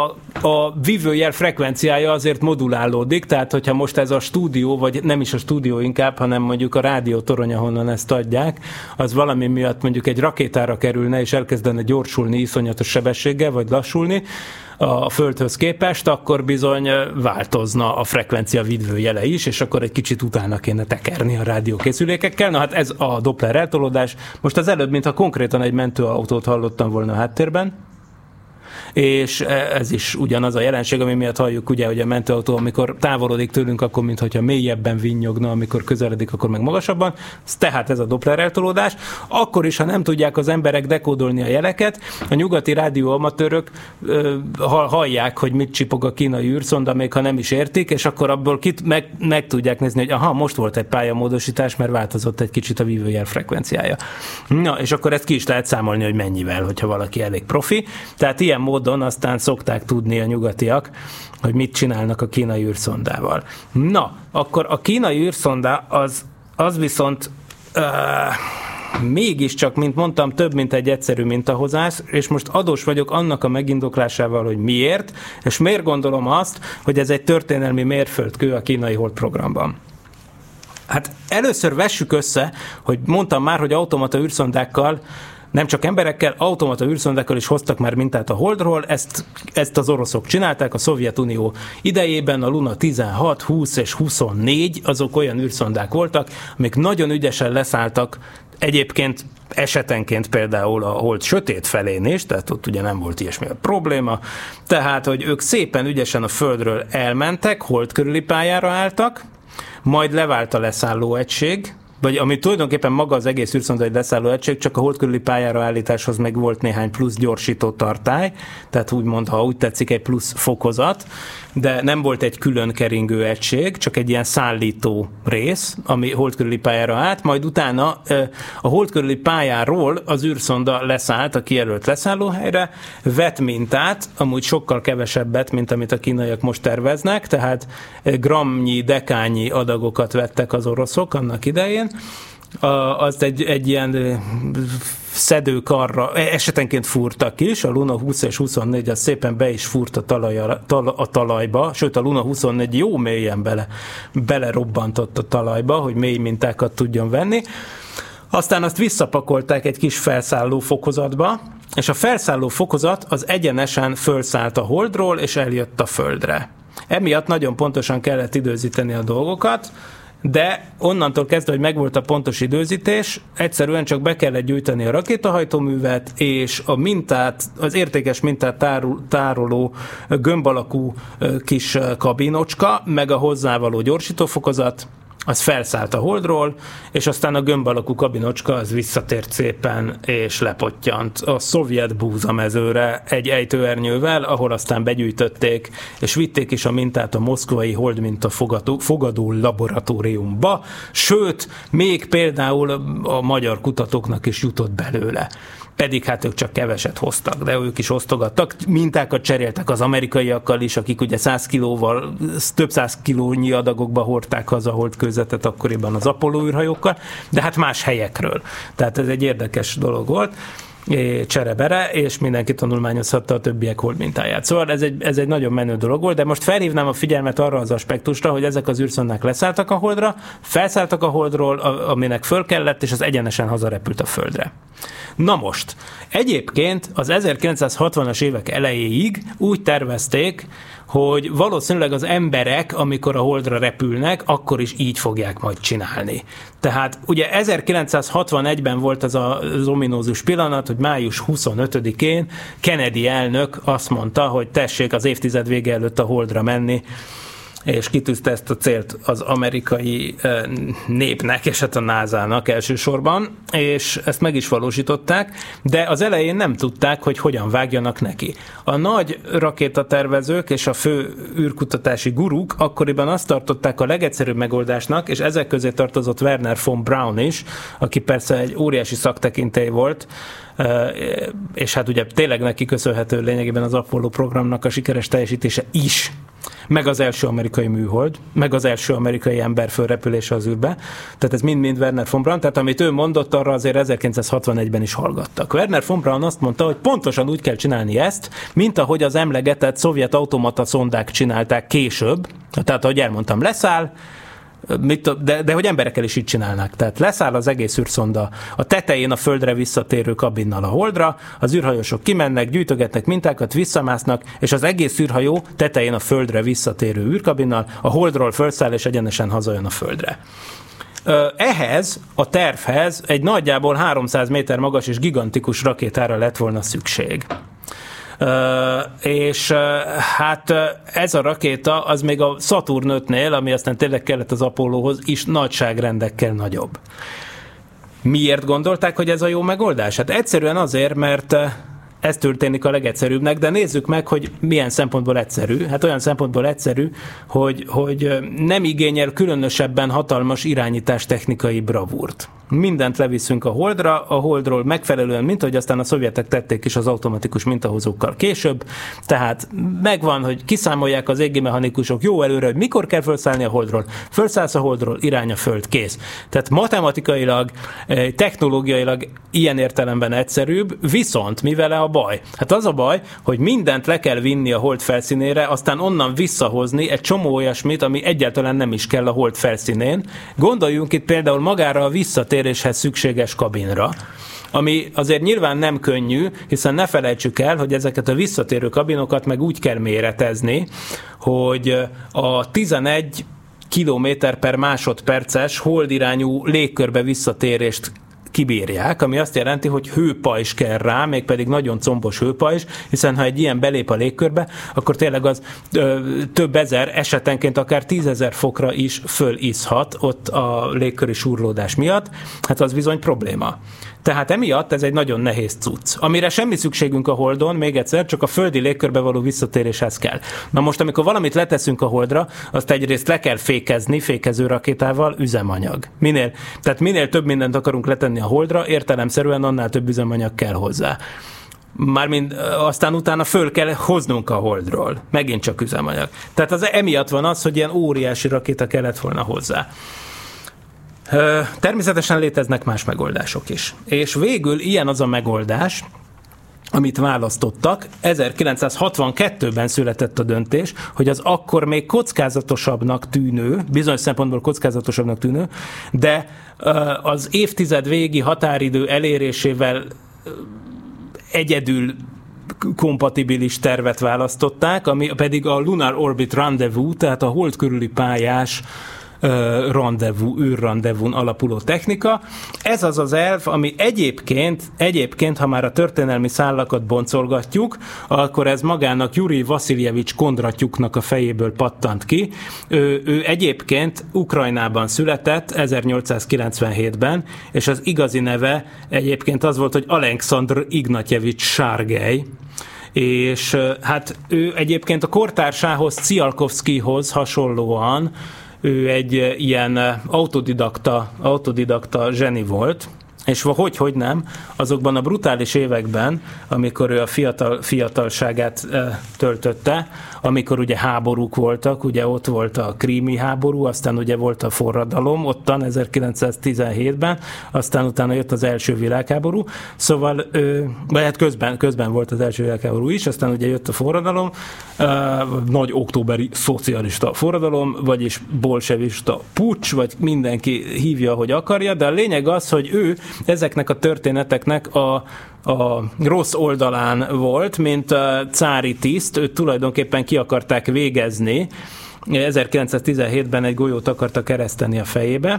a vívőjel frekvenciája azért modulálódik, tehát hogyha most ez a stúdió, vagy nem is a stúdió inkább, hanem mondjuk a rádiótorony, ahonnan ezt adják, az valami miatt mondjuk egy rakétára kerülne, és elkezdene gyorsulni iszonyatos sebességgel, vagy lassulni, a Földhöz képest, akkor bizony változna a frekvencia vívőjele is, és akkor egy kicsit utána kéne tekerni a rádiókészülékekkel. Na hát ez a Doppler eltolódás. Most az előbb, mintha konkrétan egy mentőautót hallottam volna a háttérben, és ez is ugyanaz a jelenség, ami miatt halljuk ugye, hogy a mentőautó, amikor távolodik tőlünk, akkor mintha mélyebben vinnyogna, amikor közeledik, akkor meg magasabban. Tehát ez a Doppler eltolódás. Akkor is, ha nem tudják az emberek dekódolni a jeleket, a nyugati rádióamatőrök hallják, hogy mit csipog a kínai űrszonda, még ha nem is értik, és akkor abból meg tudják nézni, hogy aha, most volt egy pályamódosítás, mert változott egy kicsit a vívőjel frekvenciája. Na, és akkor ezt ki is lehet számolni, hogy mennyivel, hogyha valaki elég profi. Tehát ilyen módon aztán szokták tudni a nyugatiak, hogy mit csinálnak a kínai űrszondával. Na, akkor a kínai űrszonda az viszont mégiscsak, mint mondtam, több, mint egy egyszerű mintahozás, és most adós vagyok annak a megindoklásával, hogy miért, és miért gondolom azt, hogy ez egy történelmi mérföldkő a kínai Hold programban. Hát először vessük össze, hogy mondtam már, hogy automata űrszondákkal, nem csak emberekkel, automata űrszondákkal is hoztak már mintát a Holdról, ezt az oroszok csinálták a Szovjetunió idejében, a Luna 16, 20 és 24, azok olyan űrszondák voltak, amik nagyon ügyesen leszálltak, egyébként esetenként például a Hold sötét felén is, tehát ott ugye nem volt ilyesmi a probléma, tehát, hogy ők szépen ügyesen a Földről elmentek, Hold körüli pályára álltak, majd levált a leszálló egység, vagy ami tulajdonképpen maga az egész űrszonda egy leszálló egység, csak a hold körüli pályára állításhoz meg volt néhány plusz gyorsító tartály, tehát úgymond, ha úgy tetszik, egy plusz fokozat, de nem volt egy külön keringő egység, csak egy ilyen szállító rész, ami hold körüli pályára állt, majd utána a hold körüli pályáról az űrszonda leszállt a kijelölt leszállóhelyre, vett mintát, amúgy sokkal kevesebbet, mint amit a kínaiak most terveznek, tehát grammnyi, dekányi adagokat vettek az oroszok annak idején, azt egy ilyen szedőkarra esetenként fúrtak is, a Luna 20 és 24 az szépen be is fúrt a talajba, sőt a Luna 24 jó mélyen belerobbantott a talajba, hogy mély mintákat tudjon venni. Aztán azt visszapakolták egy kis felszálló fokozatba, és a felszálló fokozat az egyenesen fölszállt a Holdról, és eljött a Földre. Emiatt nagyon pontosan kellett időzíteni a dolgokat, de onnantól kezdve, hogy megvolt a pontos időzítés, egyszerűen csak be kellett gyújtani a rakétahajtóművet, és a mintát, az értékes mintát tároló gömb alakú kis kabinocska, meg a hozzávaló gyorsítófokozat, az felszállt a Holdról, és aztán a gömb alakú kabinocska az visszatért szépen, és lepottyant a szovjet búzamezőre egy ejtőernyővel, ahol aztán begyűjtötték, és vitték is a mintát a moszkvai holdminta fogadó laboratóriumba, sőt, még például a magyar kutatóknak is jutott belőle. Pedig hát ők csak keveset hoztak, de ők is osztogattak. Mintákat cseréltek az amerikaiakkal is, akik ugye 100 kilóval, több 100 kilónyi adagokba hordták haza a holdkőzetet akkoriban az Apollo űrhajókkal, de hát más helyekről. Tehát ez egy érdekes dolog volt, cserebere, és mindenki tanulmányozhatta a többiek holdmintáját. Szóval ez egy nagyon menő dolog volt, de most felhívnám a figyelmet arra az aspektusra, hogy ezek az űrszondák leszálltak a Holdra, felszálltak a Holdról, aminek föl kellett, és az egyenesen hazarepült a Földre. Na most, egyébként az 1960-as évek elejéig úgy tervezték, hogy valószínűleg az emberek, amikor a Holdra repülnek, akkor is így fogják majd csinálni. Tehát ugye 1961-ben volt az ominózus pillanat, hogy május 25-én Kennedy elnök azt mondta, hogy tessék az évtized vége előtt a Holdra menni, és kitűzte ezt a célt az amerikai népnek, és hát a NASA-nak elsősorban, és ezt meg is valósították, de az elején nem tudták, hogy hogyan vágjanak neki. A nagy rakétatervezők és a fő űrkutatási guruk akkoriban azt tartották a legegyszerűbb megoldásnak, és ezek közé tartozott Wernher von Braun is, aki persze egy óriási szaktekintély volt, és hát ugye tényleg neki köszönhető lényegében az Apollo programnak a sikeres teljesítése is, meg az első amerikai műhold, meg az első amerikai ember fölrepülése az űrbe. Tehát ez mind-mind Wernher von Braun, tehát amit ő mondott, arra azért 1961-ben is hallgattak. Wernher von Braun azt mondta, hogy pontosan úgy kell csinálni ezt, mint ahogy az emlegetett szovjet automata szondák csinálták később. Tehát ahogy elmondtam, leszáll, de hogy emberekkel is így csinálnak. Tehát leszáll az egész űrszonda a tetején a Földre visszatérő kabinnal a Holdra, az űrhajósok kimennek, gyűjtögetnek mintákat, visszamásznak, és az egész űrhajó tetején a Földre visszatérő űrkabinnal a Holdról felszáll, és egyenesen hazajön a Földre. Ehhez a tervhez egy nagyjából 300 méter magas és gigantikus rakétára lett volna szükség. És hát ez a rakéta az még a Saturn 5-nél, ami aztán tényleg kellett az Apollóhoz, is nagyságrendekkel nagyobb. Miért gondolták, hogy ez a jó megoldás? Hát egyszerűen azért, mert ez történik a legegyszerűbbnek, de nézzük meg, hogy milyen szempontból egyszerű. Hát olyan szempontból egyszerű, hogy nem igényel különösebben hatalmas irányítás technikai bravúrt. Mindent leviszünk a Holdra, a Holdról megfelelően, mint ahogy aztán a szovjetek tették is az automatikus mintahozókkal később. Tehát megvan, hogy kiszámolják az égimechanikusok jó előre, hogy mikor kell felszállni a Holdról. Felszállsz a Holdról, irány a Föld, kész. Tehát matematikailag, technológiailag ilyen értelemben egyszerűbb, viszont mivel a baj? Hát az a baj, hogy mindent le kell vinni a Hold felszínére, aztán onnan visszahozni egy csomó olyasmit, ami egyáltalán nem is kell a Hold felszínén. Gondoljunk itt például magára a visszatéréshez szükséges kabinra, ami azért nyilván nem könnyű, hiszen ne felejtsük el, hogy ezeket a visszatérő kabinokat meg úgy kell méretezni, hogy a 11 km/másodperces holdirányú légkörbe visszatérést kibírják, ami azt jelenti, hogy hőpajzs kell rá, mégpedig nagyon combos hőpajzs, hiszen ha egy ilyen belép a légkörbe, akkor tényleg az több ezer, esetenként akár 10 000 fokra is föliszhat ott a légköri súrlódás miatt, hát az bizony probléma. Tehát emiatt ez egy nagyon nehéz cucc, amire semmi szükségünk a Holdon, még egyszer, csak a földi légkörbe való visszatéréshez kell. Na most, amikor valamit leteszünk a Holdra, azt egyrészt le kell fékezni, fékező rakétával, üzemanyag. Minél több mindent akarunk letenni a Holdra, értelemszerűen annál több üzemanyag kell hozzá. Mármint aztán utána föl kell hoznunk a Holdról. Megint csak üzemanyag. Tehát az emiatt van az, hogy ilyen óriási rakéta kellett volna hozzá. Természetesen léteznek más megoldások is. És végül ilyen az a megoldás, amit választottak. 1962-ben született a döntés, hogy az akkor még kockázatosabbnak tűnő, bizonyos szempontból kockázatosabbnak tűnő, de az évtized végi határidő elérésével egyedül kompatibilis tervet választották, ami pedig a Lunar Orbit Rendezvous, tehát a hold körüli pályás űrrandevún alapuló technika. Ez az az elv, ami egyébként, ha már a történelmi szálakat boncolgatjuk, akkor ez magának Jurij Vasiljevics Kondratyuknak a fejéből pattant ki. Ő egyébként Ukrajnában született 1897-ben, és az igazi neve egyébként az volt, hogy Alekszandr Ignatjevics Sárgej, és hát ő egyébként a kortársához, Tsiolkovszkyhoz hasonlóan ő egy ilyen autodidakta zseni volt, és hogy nem, azokban a brutális években, amikor ő a fiatalságát töltötte, amikor ugye háborúk voltak, ugye ott volt a krími háború, aztán ugye volt a forradalom ottan 1917-ben, aztán utána jött az első világháború, szóval, vagy hát közben volt az első világháború is, aztán ugye jött a forradalom, nagy októberi szocialista forradalom, vagyis bolsevista puccs, vagy mindenki hívja, hogy akarja, de a lényeg az, hogy ő ezeknek a történeteknek a rossz oldalán volt, mint cári tiszt, őt tulajdonképpen ki akarták végezni. 1917-ben egy golyót akartak ereszteni a fejébe,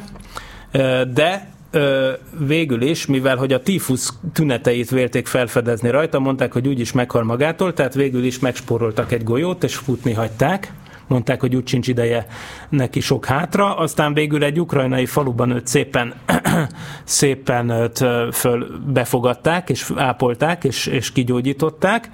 de végül is, mivel hogy a tífusz tüneteit vélték felfedezni rajta, mondták, hogy úgyis meghal magától, tehát végül is megspóroltak egy golyót, és futni hagyták. Mondták, hogy úgy sincs ideje neki sok hátra, aztán végül egy ukrajnai faluban őt szépen őt befogadták, és ápolták, és kigyógyították,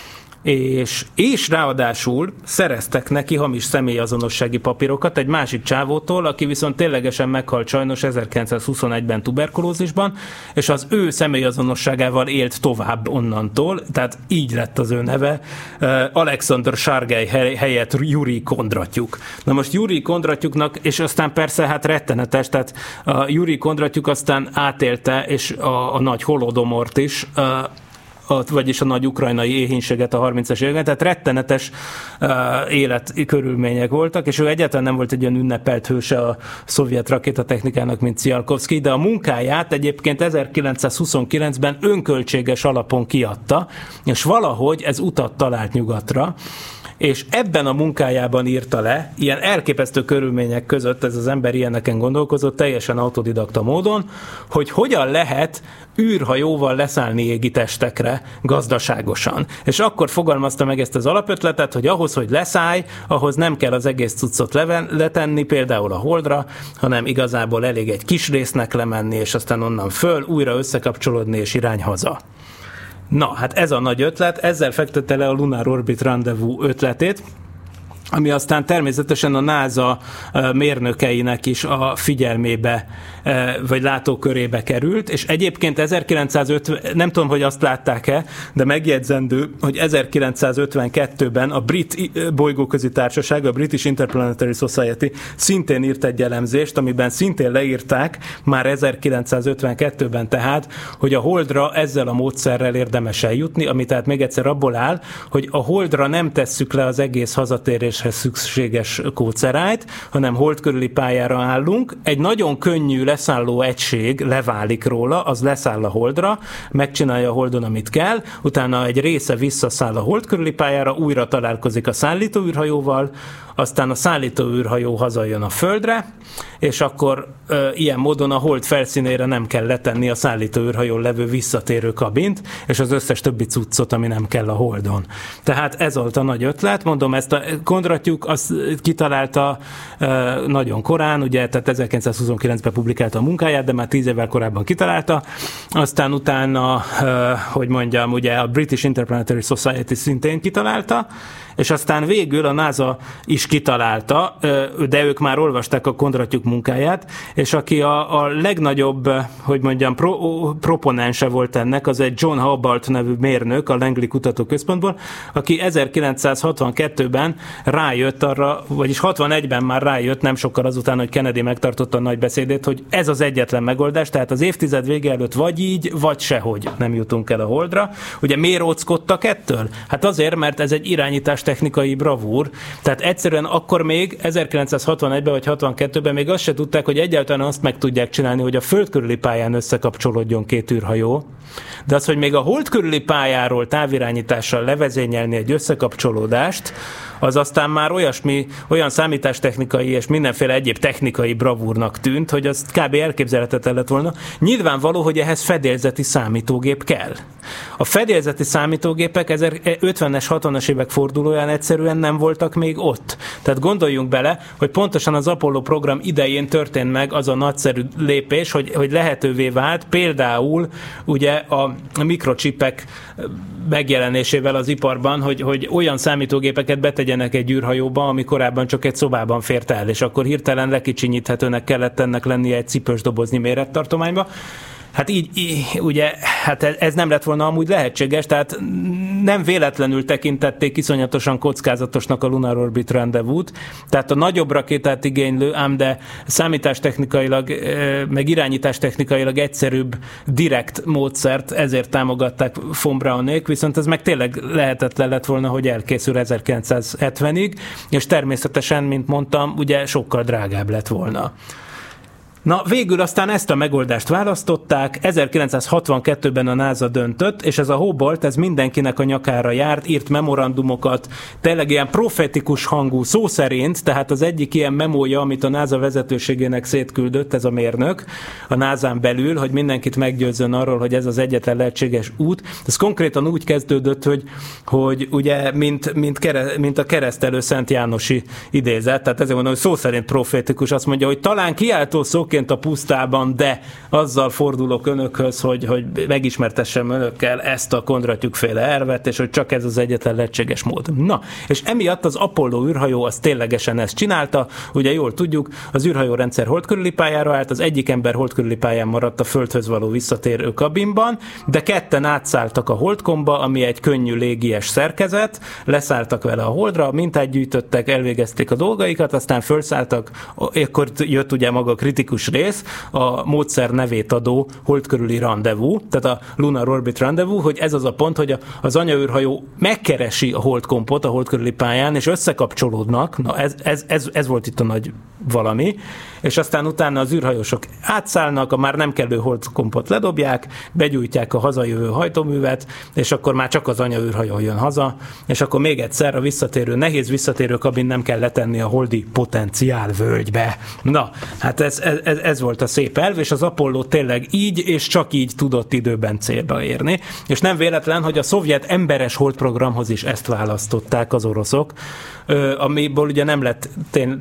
és ráadásul szereztek neki hamis személyazonossági papírokat egy másik csávótól, aki viszont ténylegesen meghalt sajnos 1921-ben tuberkulózisban, és az ő személyazonosságával élt tovább onnantól, tehát így lett az ő neve, Alekszandr Sárgej helyett Jurij Kondratyuk. Na most Jurij Kondratyuknak, és aztán persze hát rettenetes, tehát a Jurij Kondratyuk aztán átélte, és a nagy holodomort is, vagyis a nagy ukrajnai éhínséget a 30-as években, tehát rettenetes életkörülmények voltak, és ő egyáltalán nem volt egy olyan ünnepelt hőse a szovjet rakétatechnikának, mint Tsiolkovszky, de a munkáját egyébként 1929-ben önköltséges alapon kiadta, és valahogy ez utat talált nyugatra, és ebben a munkájában írta le, ilyen elképesztő körülmények között ez az ember ilyeneken gondolkozott, teljesen autodidakta módon, hogy hogyan lehet űrhajóval leszállni égi testekre gazdaságosan. És akkor fogalmazta meg ezt az alapötletet, hogy ahhoz, hogy leszállj, ahhoz nem kell az egész cuccot letenni, például a Holdra, hanem igazából elég egy kis résznek lemenni, és aztán onnan föl, újra összekapcsolódni, és irány haza. Na, hát ez a nagy ötlet, ezzel fektette le a Lunar Orbit Rendezvous ötletét, ami aztán természetesen a NASA mérnökeinek is a figyelmébe, vagy látókörébe került, és egyébként 1950, nem tudom, hogy azt látták-e, de megjegyzendő, hogy 1952-ben a Brit Bolygóközi Társaság, a British Interplanetary Society szintén írt egy elemzést, amiben szintén leírták, már 1952-ben tehát, hogy a Holdra ezzel a módszerrel érdemes eljutni, ami tehát még egyszer abból áll, hogy a Holdra nem tesszük le az egész hazatéréshez szükséges kócerájt, hanem hold körüli pályára állunk, egy nagyon könnyű leszálló egység leválik róla, az leszáll a Holdra, megcsinálja a Holdon, amit kell, utána egy része visszaszáll a hold körüli pályára, újra találkozik a szállító űrhajóval, aztán a szállító űrhajó hazajön a Földre, és akkor ilyen módon a hold felszínére nem kell letenni a szállító űrhajón levő visszatérő kabint, és az összes többi cuccot, ami nem kell a Holdon. Tehát ez volt a nagy ötlet, mondom, ezt a Kondratyuk azt kitalálta nagyon korán, ugye, tehát 1929-ben publikálta a munkáját, de már 10 évvel korábban kitalálta, aztán utána, hogy mondjam, ugye a British Interplanetary Society szintén kitalálta, és aztán végül a NASA is kitalálta, de ők már olvasták a Kondratyuk munkáját, és aki a legnagyobb, hogy mondjam, proponense volt ennek, az egy John Hobart nevű mérnök a Langley Kutatóközpontból, aki 1962-ben rájött arra, vagyis 61-ben már rájött, nem sokkal azután, hogy Kennedy megtartotta a nagy beszédét, hogy ez az egyetlen megoldás, tehát az évtized vége előtt vagy így, vagy sehogy nem jutunk el a Holdra. Ugye miért óckodtak ettől? Hát azért, mert ez egy irányítás technikai bravúr, tehát egyszerűen akkor még 1961-ben vagy 62-ben még azt se tudták, hogy egyáltalán azt meg tudják csinálni, hogy a Föld körüli pályán összekapcsolódjon két űrhajó, de az, hogy még a Hold körüli pályáról távirányítással levezényelni egy összekapcsolódást, az aztán már olyan számítástechnikai és mindenféle egyéb technikai bravúrnak tűnt, hogy az kb. Elképzelhetetlen lett volna. Nyilvánvaló, hogy ehhez fedélzeti számítógép kell. A fedélzeti számítógépek 50-es, 60-as évek fordulóján egyszerűen nem voltak még ott. Tehát gondoljunk bele, hogy pontosan az Apollo program idején történt meg az a nagyszerű lépés, hogy lehetővé vált például ugye a mikrocsipek megjelenésével az iparban, hogy olyan számítógépeket betegyenek egy űrhajóba, ami korábban csak egy szobában fért el, és akkor hirtelen lekicsinyíthetőnek kellett ennek lennie egy cipős dobozni mérettartományba. Hát így ugye, hát ez nem lett volna amúgy lehetséges, tehát nem véletlenül tekintették iszonyatosan kockázatosnak a Lunar Orbit Rendezvous-t, tehát a nagyobb rakétát igénylő, ám de számítástechnikailag, meg irányítástechnikailag egyszerűbb direkt módszert, ezért támogatták von Braunék, viszont ez meg tényleg lehetetlen lett volna, hogy elkészül 1970-ig, és természetesen, mint mondtam, ugye sokkal drágább lett volna. Na, végül aztán ezt a megoldást választották, 1962-ben a NASA döntött, és ez a Hobart, ez mindenkinek a nyakára járt, írt memorandumokat, tényleg ilyen profetikus hangú, szó szerint, tehát az egyik ilyen memója, amit a NASA vezetőségének szétküldött, ez a mérnök, a NASA-n belül, hogy mindenkit meggyőzzön arról, hogy ez az egyetlen lehetséges út. Ez konkrétan úgy kezdődött, hogy ugye, mint a keresztelő Szent Jánosi idézet, tehát ezért mondom, hogy szó szerint profetikus, azt mondja, hogy talán kiáltó szóként a pusztában, de azzal fordulok önökhöz, hogy megismertessem önökkel ezt a Kondratyuk-féle elvet, és hogy csak ez az egyetlen lehetséges mód. Na, és emiatt az Apollo űrhajó az ténylegesen ezt csinálta, ugye jól tudjuk, az űrhajórendszer hold körüli pályára állt, az egyik ember hold körüli pályán maradt a Földhöz való visszatérő kabinban, de ketten átszálltak a holdkomba, ami egy könnyű légies szerkezet, leszálltak vele a holdra, mintát gyűjtöttek, elvégezték a dolgaikat, aztán felszálltak, akkor jött ugye maga a kritikus rész, a módszer nevét adó hold körüli rendezvous, tehát a Lunar Orbit Rendezvous, hogy ez az a pont, hogy az anyaűrhajó megkeresi a holdkompot a hold körüli pályán, és összekapcsolódnak, na ez volt itt a nagy valami, és aztán utána az űrhajósok átszállnak, a már nem kellő holdkompot ledobják, begyújtják a hazajövő hajtóművet, és akkor már csak az anyaűrhajó jön haza, és akkor még egyszer a nehéz visszatérő kabin nem kell letenni a holdi potenciál völgybe. Na, hát ez volt a szép elv, és az Apollo tényleg így, és csak így tudott időben célba érni. És nem véletlen, hogy a szovjet emberes holdprogramhoz is ezt választották az oroszok, amiből ugye nem lett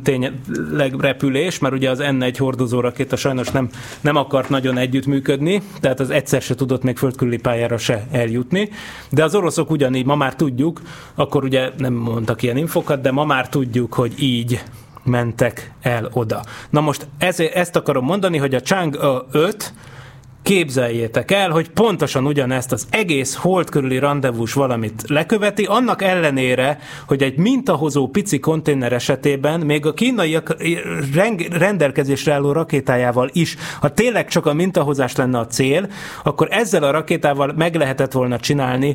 tényleg repülés, mert ugye az N1 hordozó rakéta sajnos nem akart nagyon együttműködni, tehát az egyszer se tudott még földkörüli pályára se eljutni, de az oroszok ugyanígy, ma már tudjuk, akkor ugye nem mondtak ilyen infokat, de ma már tudjuk, hogy így mentek el oda. Na most ezt akarom mondani, hogy a Chang'e 5, képzeljétek el, hogy pontosan ugyanezt az egész hold körüli rendezvús valamit leköveti, annak ellenére, hogy egy mintahozó pici konténer esetében még a kínaiak rendelkezésre álló rakétájával is, ha tényleg csak a mintahozás lenne a cél, akkor ezzel a rakétával meg lehetett volna csinálni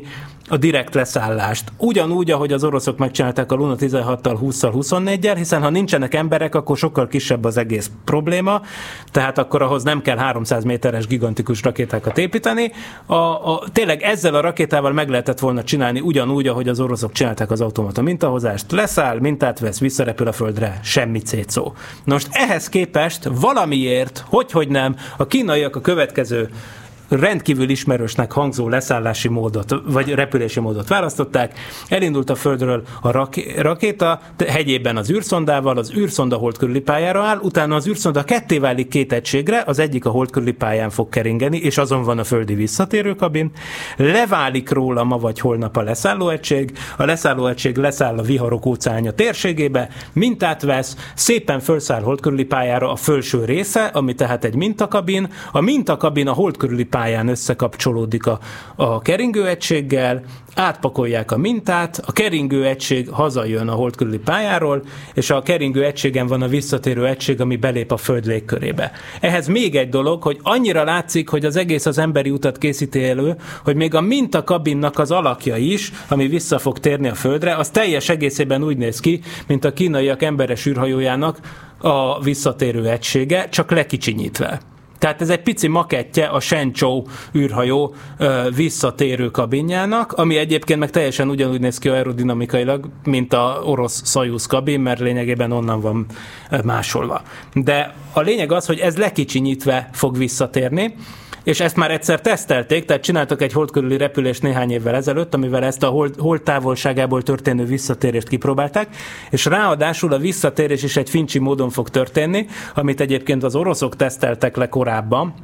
a direkt leszállást. Ugyanúgy, ahogy az oroszok megcsinálták a Luna 16-tal, 20-szal, 24-jel, hiszen ha nincsenek emberek, akkor sokkal kisebb az egész probléma, tehát akkor ahhoz nem kell 300 méteres gigantikus rakétákat építeni. Tényleg ezzel a rakétával meg lehetett volna csinálni ugyanúgy, ahogy az oroszok csinálták az automata mintahozást. Leszáll, mintát vesz, visszarepül a földre, semmi cécó. Most ehhez képest valamiért, hogy nem, a kínaiak a következő rendkívül ismerősnek hangzó leszállási módot, vagy repülési módot választották. Elindult a Földről a rakéta, hegyében az űrszondával, az űrszonda hold körüli pályára áll, utána az űrszonda ketté válik két egységre, az egyik a hold körüli pályán fog keringeni, és azon van a földi visszatérőkabin. Leválik róla ma vagy holnap a leszállóegység leszáll a viharok óceánja térségébe, mintát vesz, szépen fölszáll hold körüli pályára a felső része, ami tehát egy mintakabin. A mintakabin a hold körüli pályán összekapcsolódik a keringőegységgel, átpakolják a mintát, a keringőegység hazajön a hold körüli pályáról, és a keringőegységen van a visszatérő egység, ami belép a Föld légkörébe. Ehhez még egy dolog, hogy annyira látszik, hogy az egész az emberi utat készíti elő, hogy még a mintakabinnak az alakja is, ami vissza fog térni a Földre, az teljes egészében úgy néz ki, mint a kínaiak emberes űrhajójának a visszatérő egysége, csak lekicsinyítve. Tehát ez egy pici makettje a Shenzhou űrhajó visszatérő kabinjának, ami egyébként meg teljesen ugyanúgy néz ki aerodinamikailag, mint a orosz Szajuz kabin, mert lényegében onnan van másolva. De a lényeg az, hogy ez lekicsinyítve fog visszatérni, és ezt már egyszer tesztelték, tehát csináltak egy hold körüli repülést néhány évvel ezelőtt, amivel ezt a hold távolságából történő visszatérést kipróbálták, és ráadásul a visszatérés is egy fincsi módon fog történni, amit egyébként az oroszok teszteltek le korábban,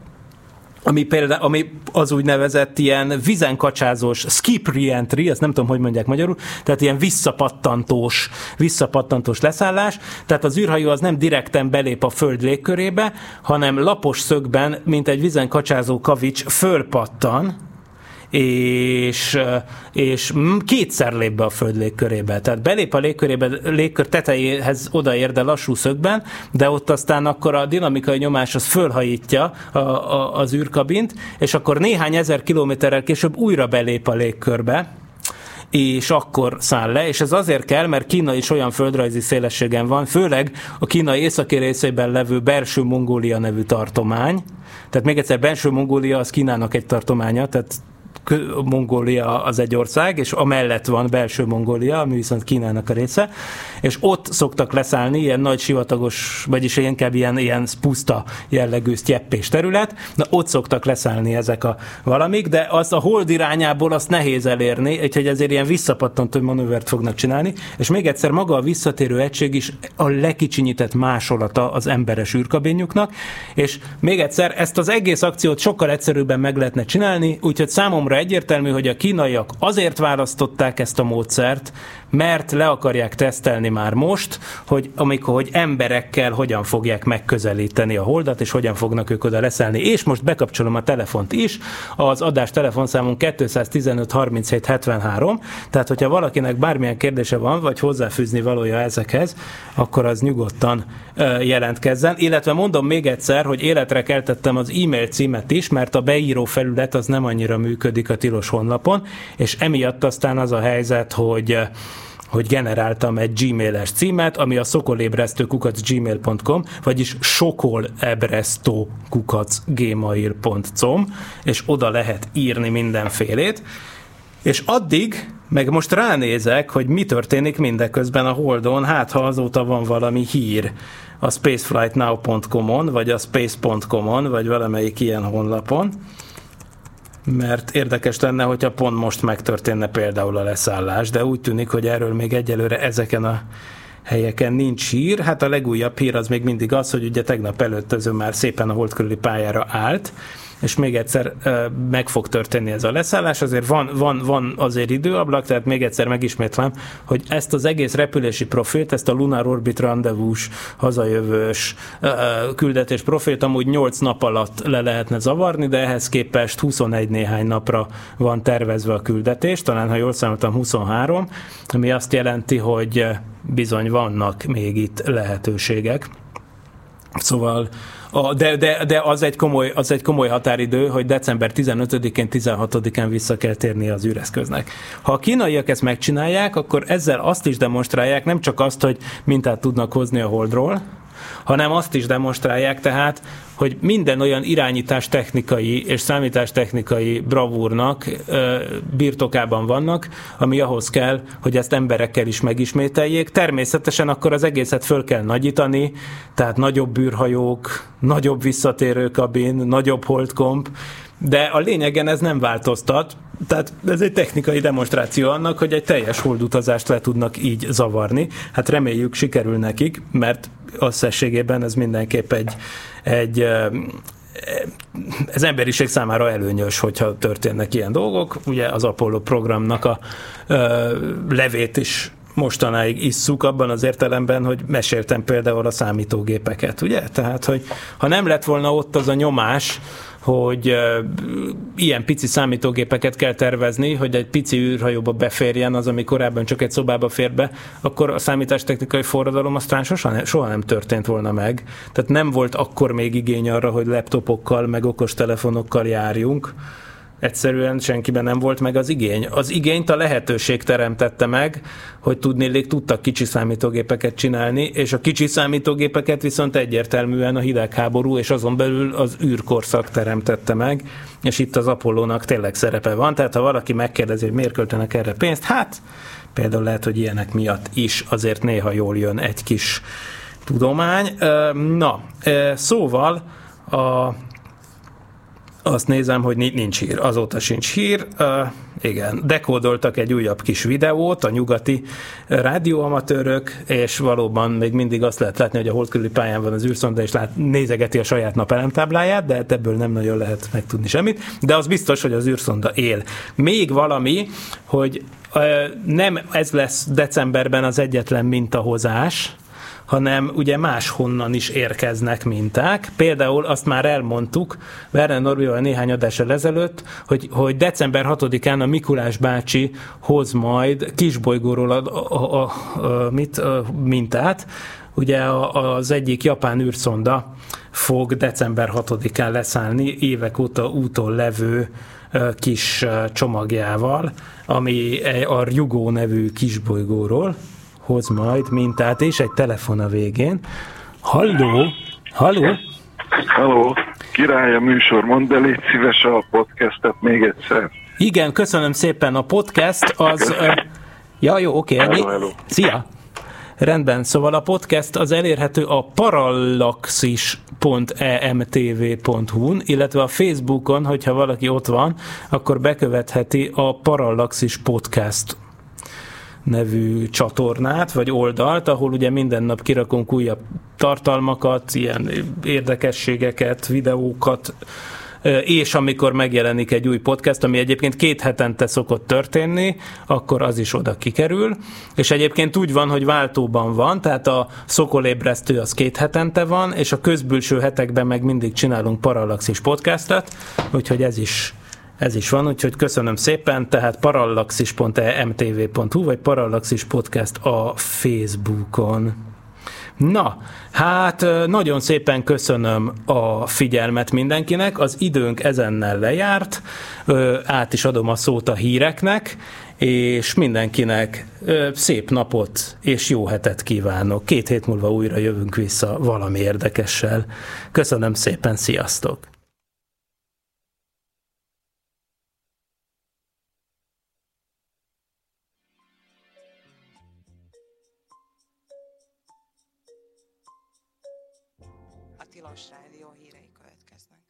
ami az úgynevezett ilyen vizenkacsázós skip re-entry, ezt nem tudom, hogy mondják magyarul, tehát ilyen visszapattantós leszállás, tehát az űrhajó az nem direkten belép a Föld légkörébe, hanem lapos szögben, mint egy vizenkacsázó kavics fölpattan, és kétszer lép be a Föld légkörébe. Tehát belép a légkör tetejéhez odaér, de lassú szögben, de ott aztán akkor a dinamikai nyomás az fölhajítja az űrkabint, és akkor néhány ezer kilométerrel később újra belép a légkörbe, és akkor száll le, és ez azért kell, mert Kína is olyan földrajzi szélességen van, főleg a kínai északi részében levő Belső Mongólia nevű tartomány. Tehát még egyszer, Belső Mongólia az Kínának egy tartománya, tehát Mongólia az egy ország, és amellett van Belső Mongólia, ami viszont Kínának a része, és ott szoktak leszállni ilyen nagy sivatagos, vagyis inkább ilyen puszta jellegű sztyeppés terület, na ott szoktak leszállni ezek a valamik, de az a hold irányából azt nehéz elérni, úgyhogy ezért ilyen visszapattantó manővert fognak csinálni, és még egyszer maga a visszatérő egység is a lekicsinyített másolata az emberes űrkabinjuknak, és még egyszer ezt az egész akciót sokkal egyszerűbben meg lehetne csinálni, úgyhogy számomra egyértelmű, hogy a kínaiak azért választották ezt a módszert, mert le akarják tesztelni már most, hogy emberekkel hogyan fogják megközelíteni a holdat, és hogyan fognak ők oda leszállni. És most bekapcsolom a telefont is, az adás telefonszámunk 215 37 73, tehát hogyha valakinek bármilyen kérdése van, vagy hozzáfűzni valója ezekhez, akkor az nyugodtan jelentkezzen. Illetve mondom még egyszer, hogy életre keltettem az e-mail címet is, mert a beíró felület az nem annyira működik a tilos honlapon, és emiatt aztán az a helyzet, hogy generáltam egy gmail-es címet, ami a sokolébresztő@gmail.com, vagyis sokolebresztő@gmail.com, és oda lehet írni mindenfélét. És addig, meg most ránézek, hogy mi történik mindeközben a Holdon, hát ha azóta van valami hír a spaceflightnow.com-on, vagy a space.com-on, vagy valamelyik ilyen honlapon, mert érdekes lenne, hogyha pont most megtörténne például a leszállás, de úgy tűnik, hogy erről még egyelőre ezeken a helyeken nincs hír. Hát a legújabb hír az még mindig az, hogy ugye tegnap előtt már szépen a hold körüli pályára állt, és még egyszer meg fog történni ez a leszállás, azért van azért időablak, tehát még egyszer megismétlem, hogy ezt az egész repülési profilt, ezt a Lunar Orbit Rendezvous hazajövős küldetés profilt amúgy 8 nap alatt le lehetne zavarni, de ehhez képest 21 néhány napra van tervezve a küldetés, talán ha jól számoltam 23, ami azt jelenti, hogy bizony vannak még itt lehetőségek. Szóval, de az egy komoly határidő, hogy december 15-én, 16-án vissza kell térni az űreszköznek. Ha a kínaiak ezt megcsinálják, akkor ezzel azt is demonstrálják, nem csak azt, hogy mintát tudnak hozni a Holdról, hanem azt is demonstrálják tehát, hogy minden olyan irányítástechnikai és számítástechnikai bravúrnak birtokában vannak, ami ahhoz kell, hogy ezt emberekkel is megismételjék. Természetesen akkor az egészet föl kell nagyítani, tehát nagyobb űrhajók, nagyobb visszatérő kabin, nagyobb holdkomp, de a lényegen ez nem változtat, tehát ez egy technikai demonstráció annak, hogy egy teljes holdutazást le tudnak így zavarni. Hát reméljük sikerül nekik, mert összességében ez mindenképp ez emberiség számára előnyös, hogyha történnek ilyen dolgok. Ugye az Apollo programnak a levét is mostanáig isszuk abban az értelemben, hogy meséltem például a számítógépeket, ugye? Tehát, hogy ha nem lett volna ott az a nyomás, hogy ilyen pici számítógépeket kell tervezni, hogy egy pici űrhajóba beférjen az, ami korábban csak egy szobába fér be, akkor a számítástechnikai forradalom aztán soha nem történt volna meg. Tehát nem volt akkor még igény arra, hogy laptopokkal, meg okostelefonokkal járjunk. Egyszerűen senkiben nem volt meg az igény. Az igényt a lehetőség teremtette meg, hogy tudnélék tudtak kicsi számítógépeket csinálni, és a kicsi számítógépeket viszont egyértelműen a hidegháború és azon belül az űrkorszak teremtette meg, és itt az Apollónak tényleg szerepe van. Tehát ha valaki megkérdezi, hogy miért költenek erre pénzt, hát például lehet, hogy ilyenek miatt is azért néha jól jön egy kis tudomány. Szóval azt nézem, hogy nincs hír. Azóta sincs hír. Igen, dekódoltak egy újabb kis videót a nyugati rádióamatőrök, és valóban még mindig azt lehet látni, hogy a hold körüli pályán van az űrszonda, és nézegeti a saját napelemtábláját, de ebből nem nagyon lehet megtudni semmit. De az biztos, hogy az űrszonda él. Még valami, hogy nem ez lesz decemberben az egyetlen mintahozás, hanem ugye máshonnan is érkeznek minták. Például azt már elmondtuk Werner Norbival néhány adással ezelőtt, hogy december 6-án a Mikulás bácsi hoz majd kisbolygóról a mintát. Ugye az egyik japán űrszonda fog december 6-án leszállni évek óta úton levő kis csomagjával, ami a Ryugo nevű kisbolygóról hoz majd mintát, és egy telefon a végén. Halló? Halló, király a műsor, mondd el, légy szíves a podcastet még egyszer. Igen, köszönöm szépen. A podcast az... oké. Hello. Szia! Rendben, szóval a podcast az elérhető a parallaxis.emtv.hu-n, illetve a Facebookon, hogyha valaki ott van, akkor bekövetheti a Parallaxis Podcast nevű csatornát, vagy oldalt, ahol ugye minden nap kirakunk újabb tartalmakat, ilyen érdekességeket, videókat, és amikor megjelenik egy új podcast, ami egyébként 2 hetente szokott történni, akkor az is oda kikerül. És egyébként úgy van, hogy váltóban van, tehát a Szokolébresztő az 2 hetente van, és a közbülső hetekben meg mindig csinálunk Parallaxis podcastet, úgyhogy ez is van, úgyhogy köszönöm szépen, tehát parallaxis.emtv.hu vagy Parallaxis Podcast a Facebookon. Na, hát nagyon szépen köszönöm a figyelmet mindenkinek, az időnk ezennel lejárt, át is adom a szót a híreknek, és mindenkinek szép napot és jó hetet kívánok. 2 hét múlva újra jövünk vissza valami érdekessel. Köszönöm szépen, sziasztok! Tilos Rádió hírei következnek.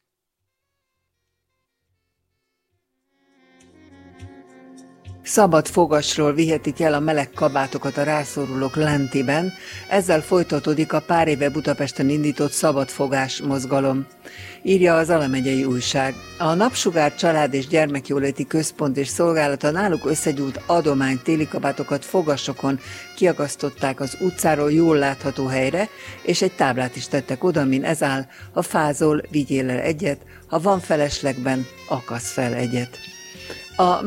Szabad fogasról vihetik el a meleg kabátokat a rászorulók lentiben, ezzel folytatódik a pár éve Budapesten indított szabadfogás mozgalom, írja az Alamegyei Újság. A Napsugár Család és Gyermekjóléti Központ és Szolgálata náluk összegyűlt adomány téli kabátokat fogasokon kiakasztották az utcáról jól látható helyre, és egy táblát is tettek oda, min ez áll: ha fázol, vigyél el egyet, ha van feleslegben, akassz fel egyet. A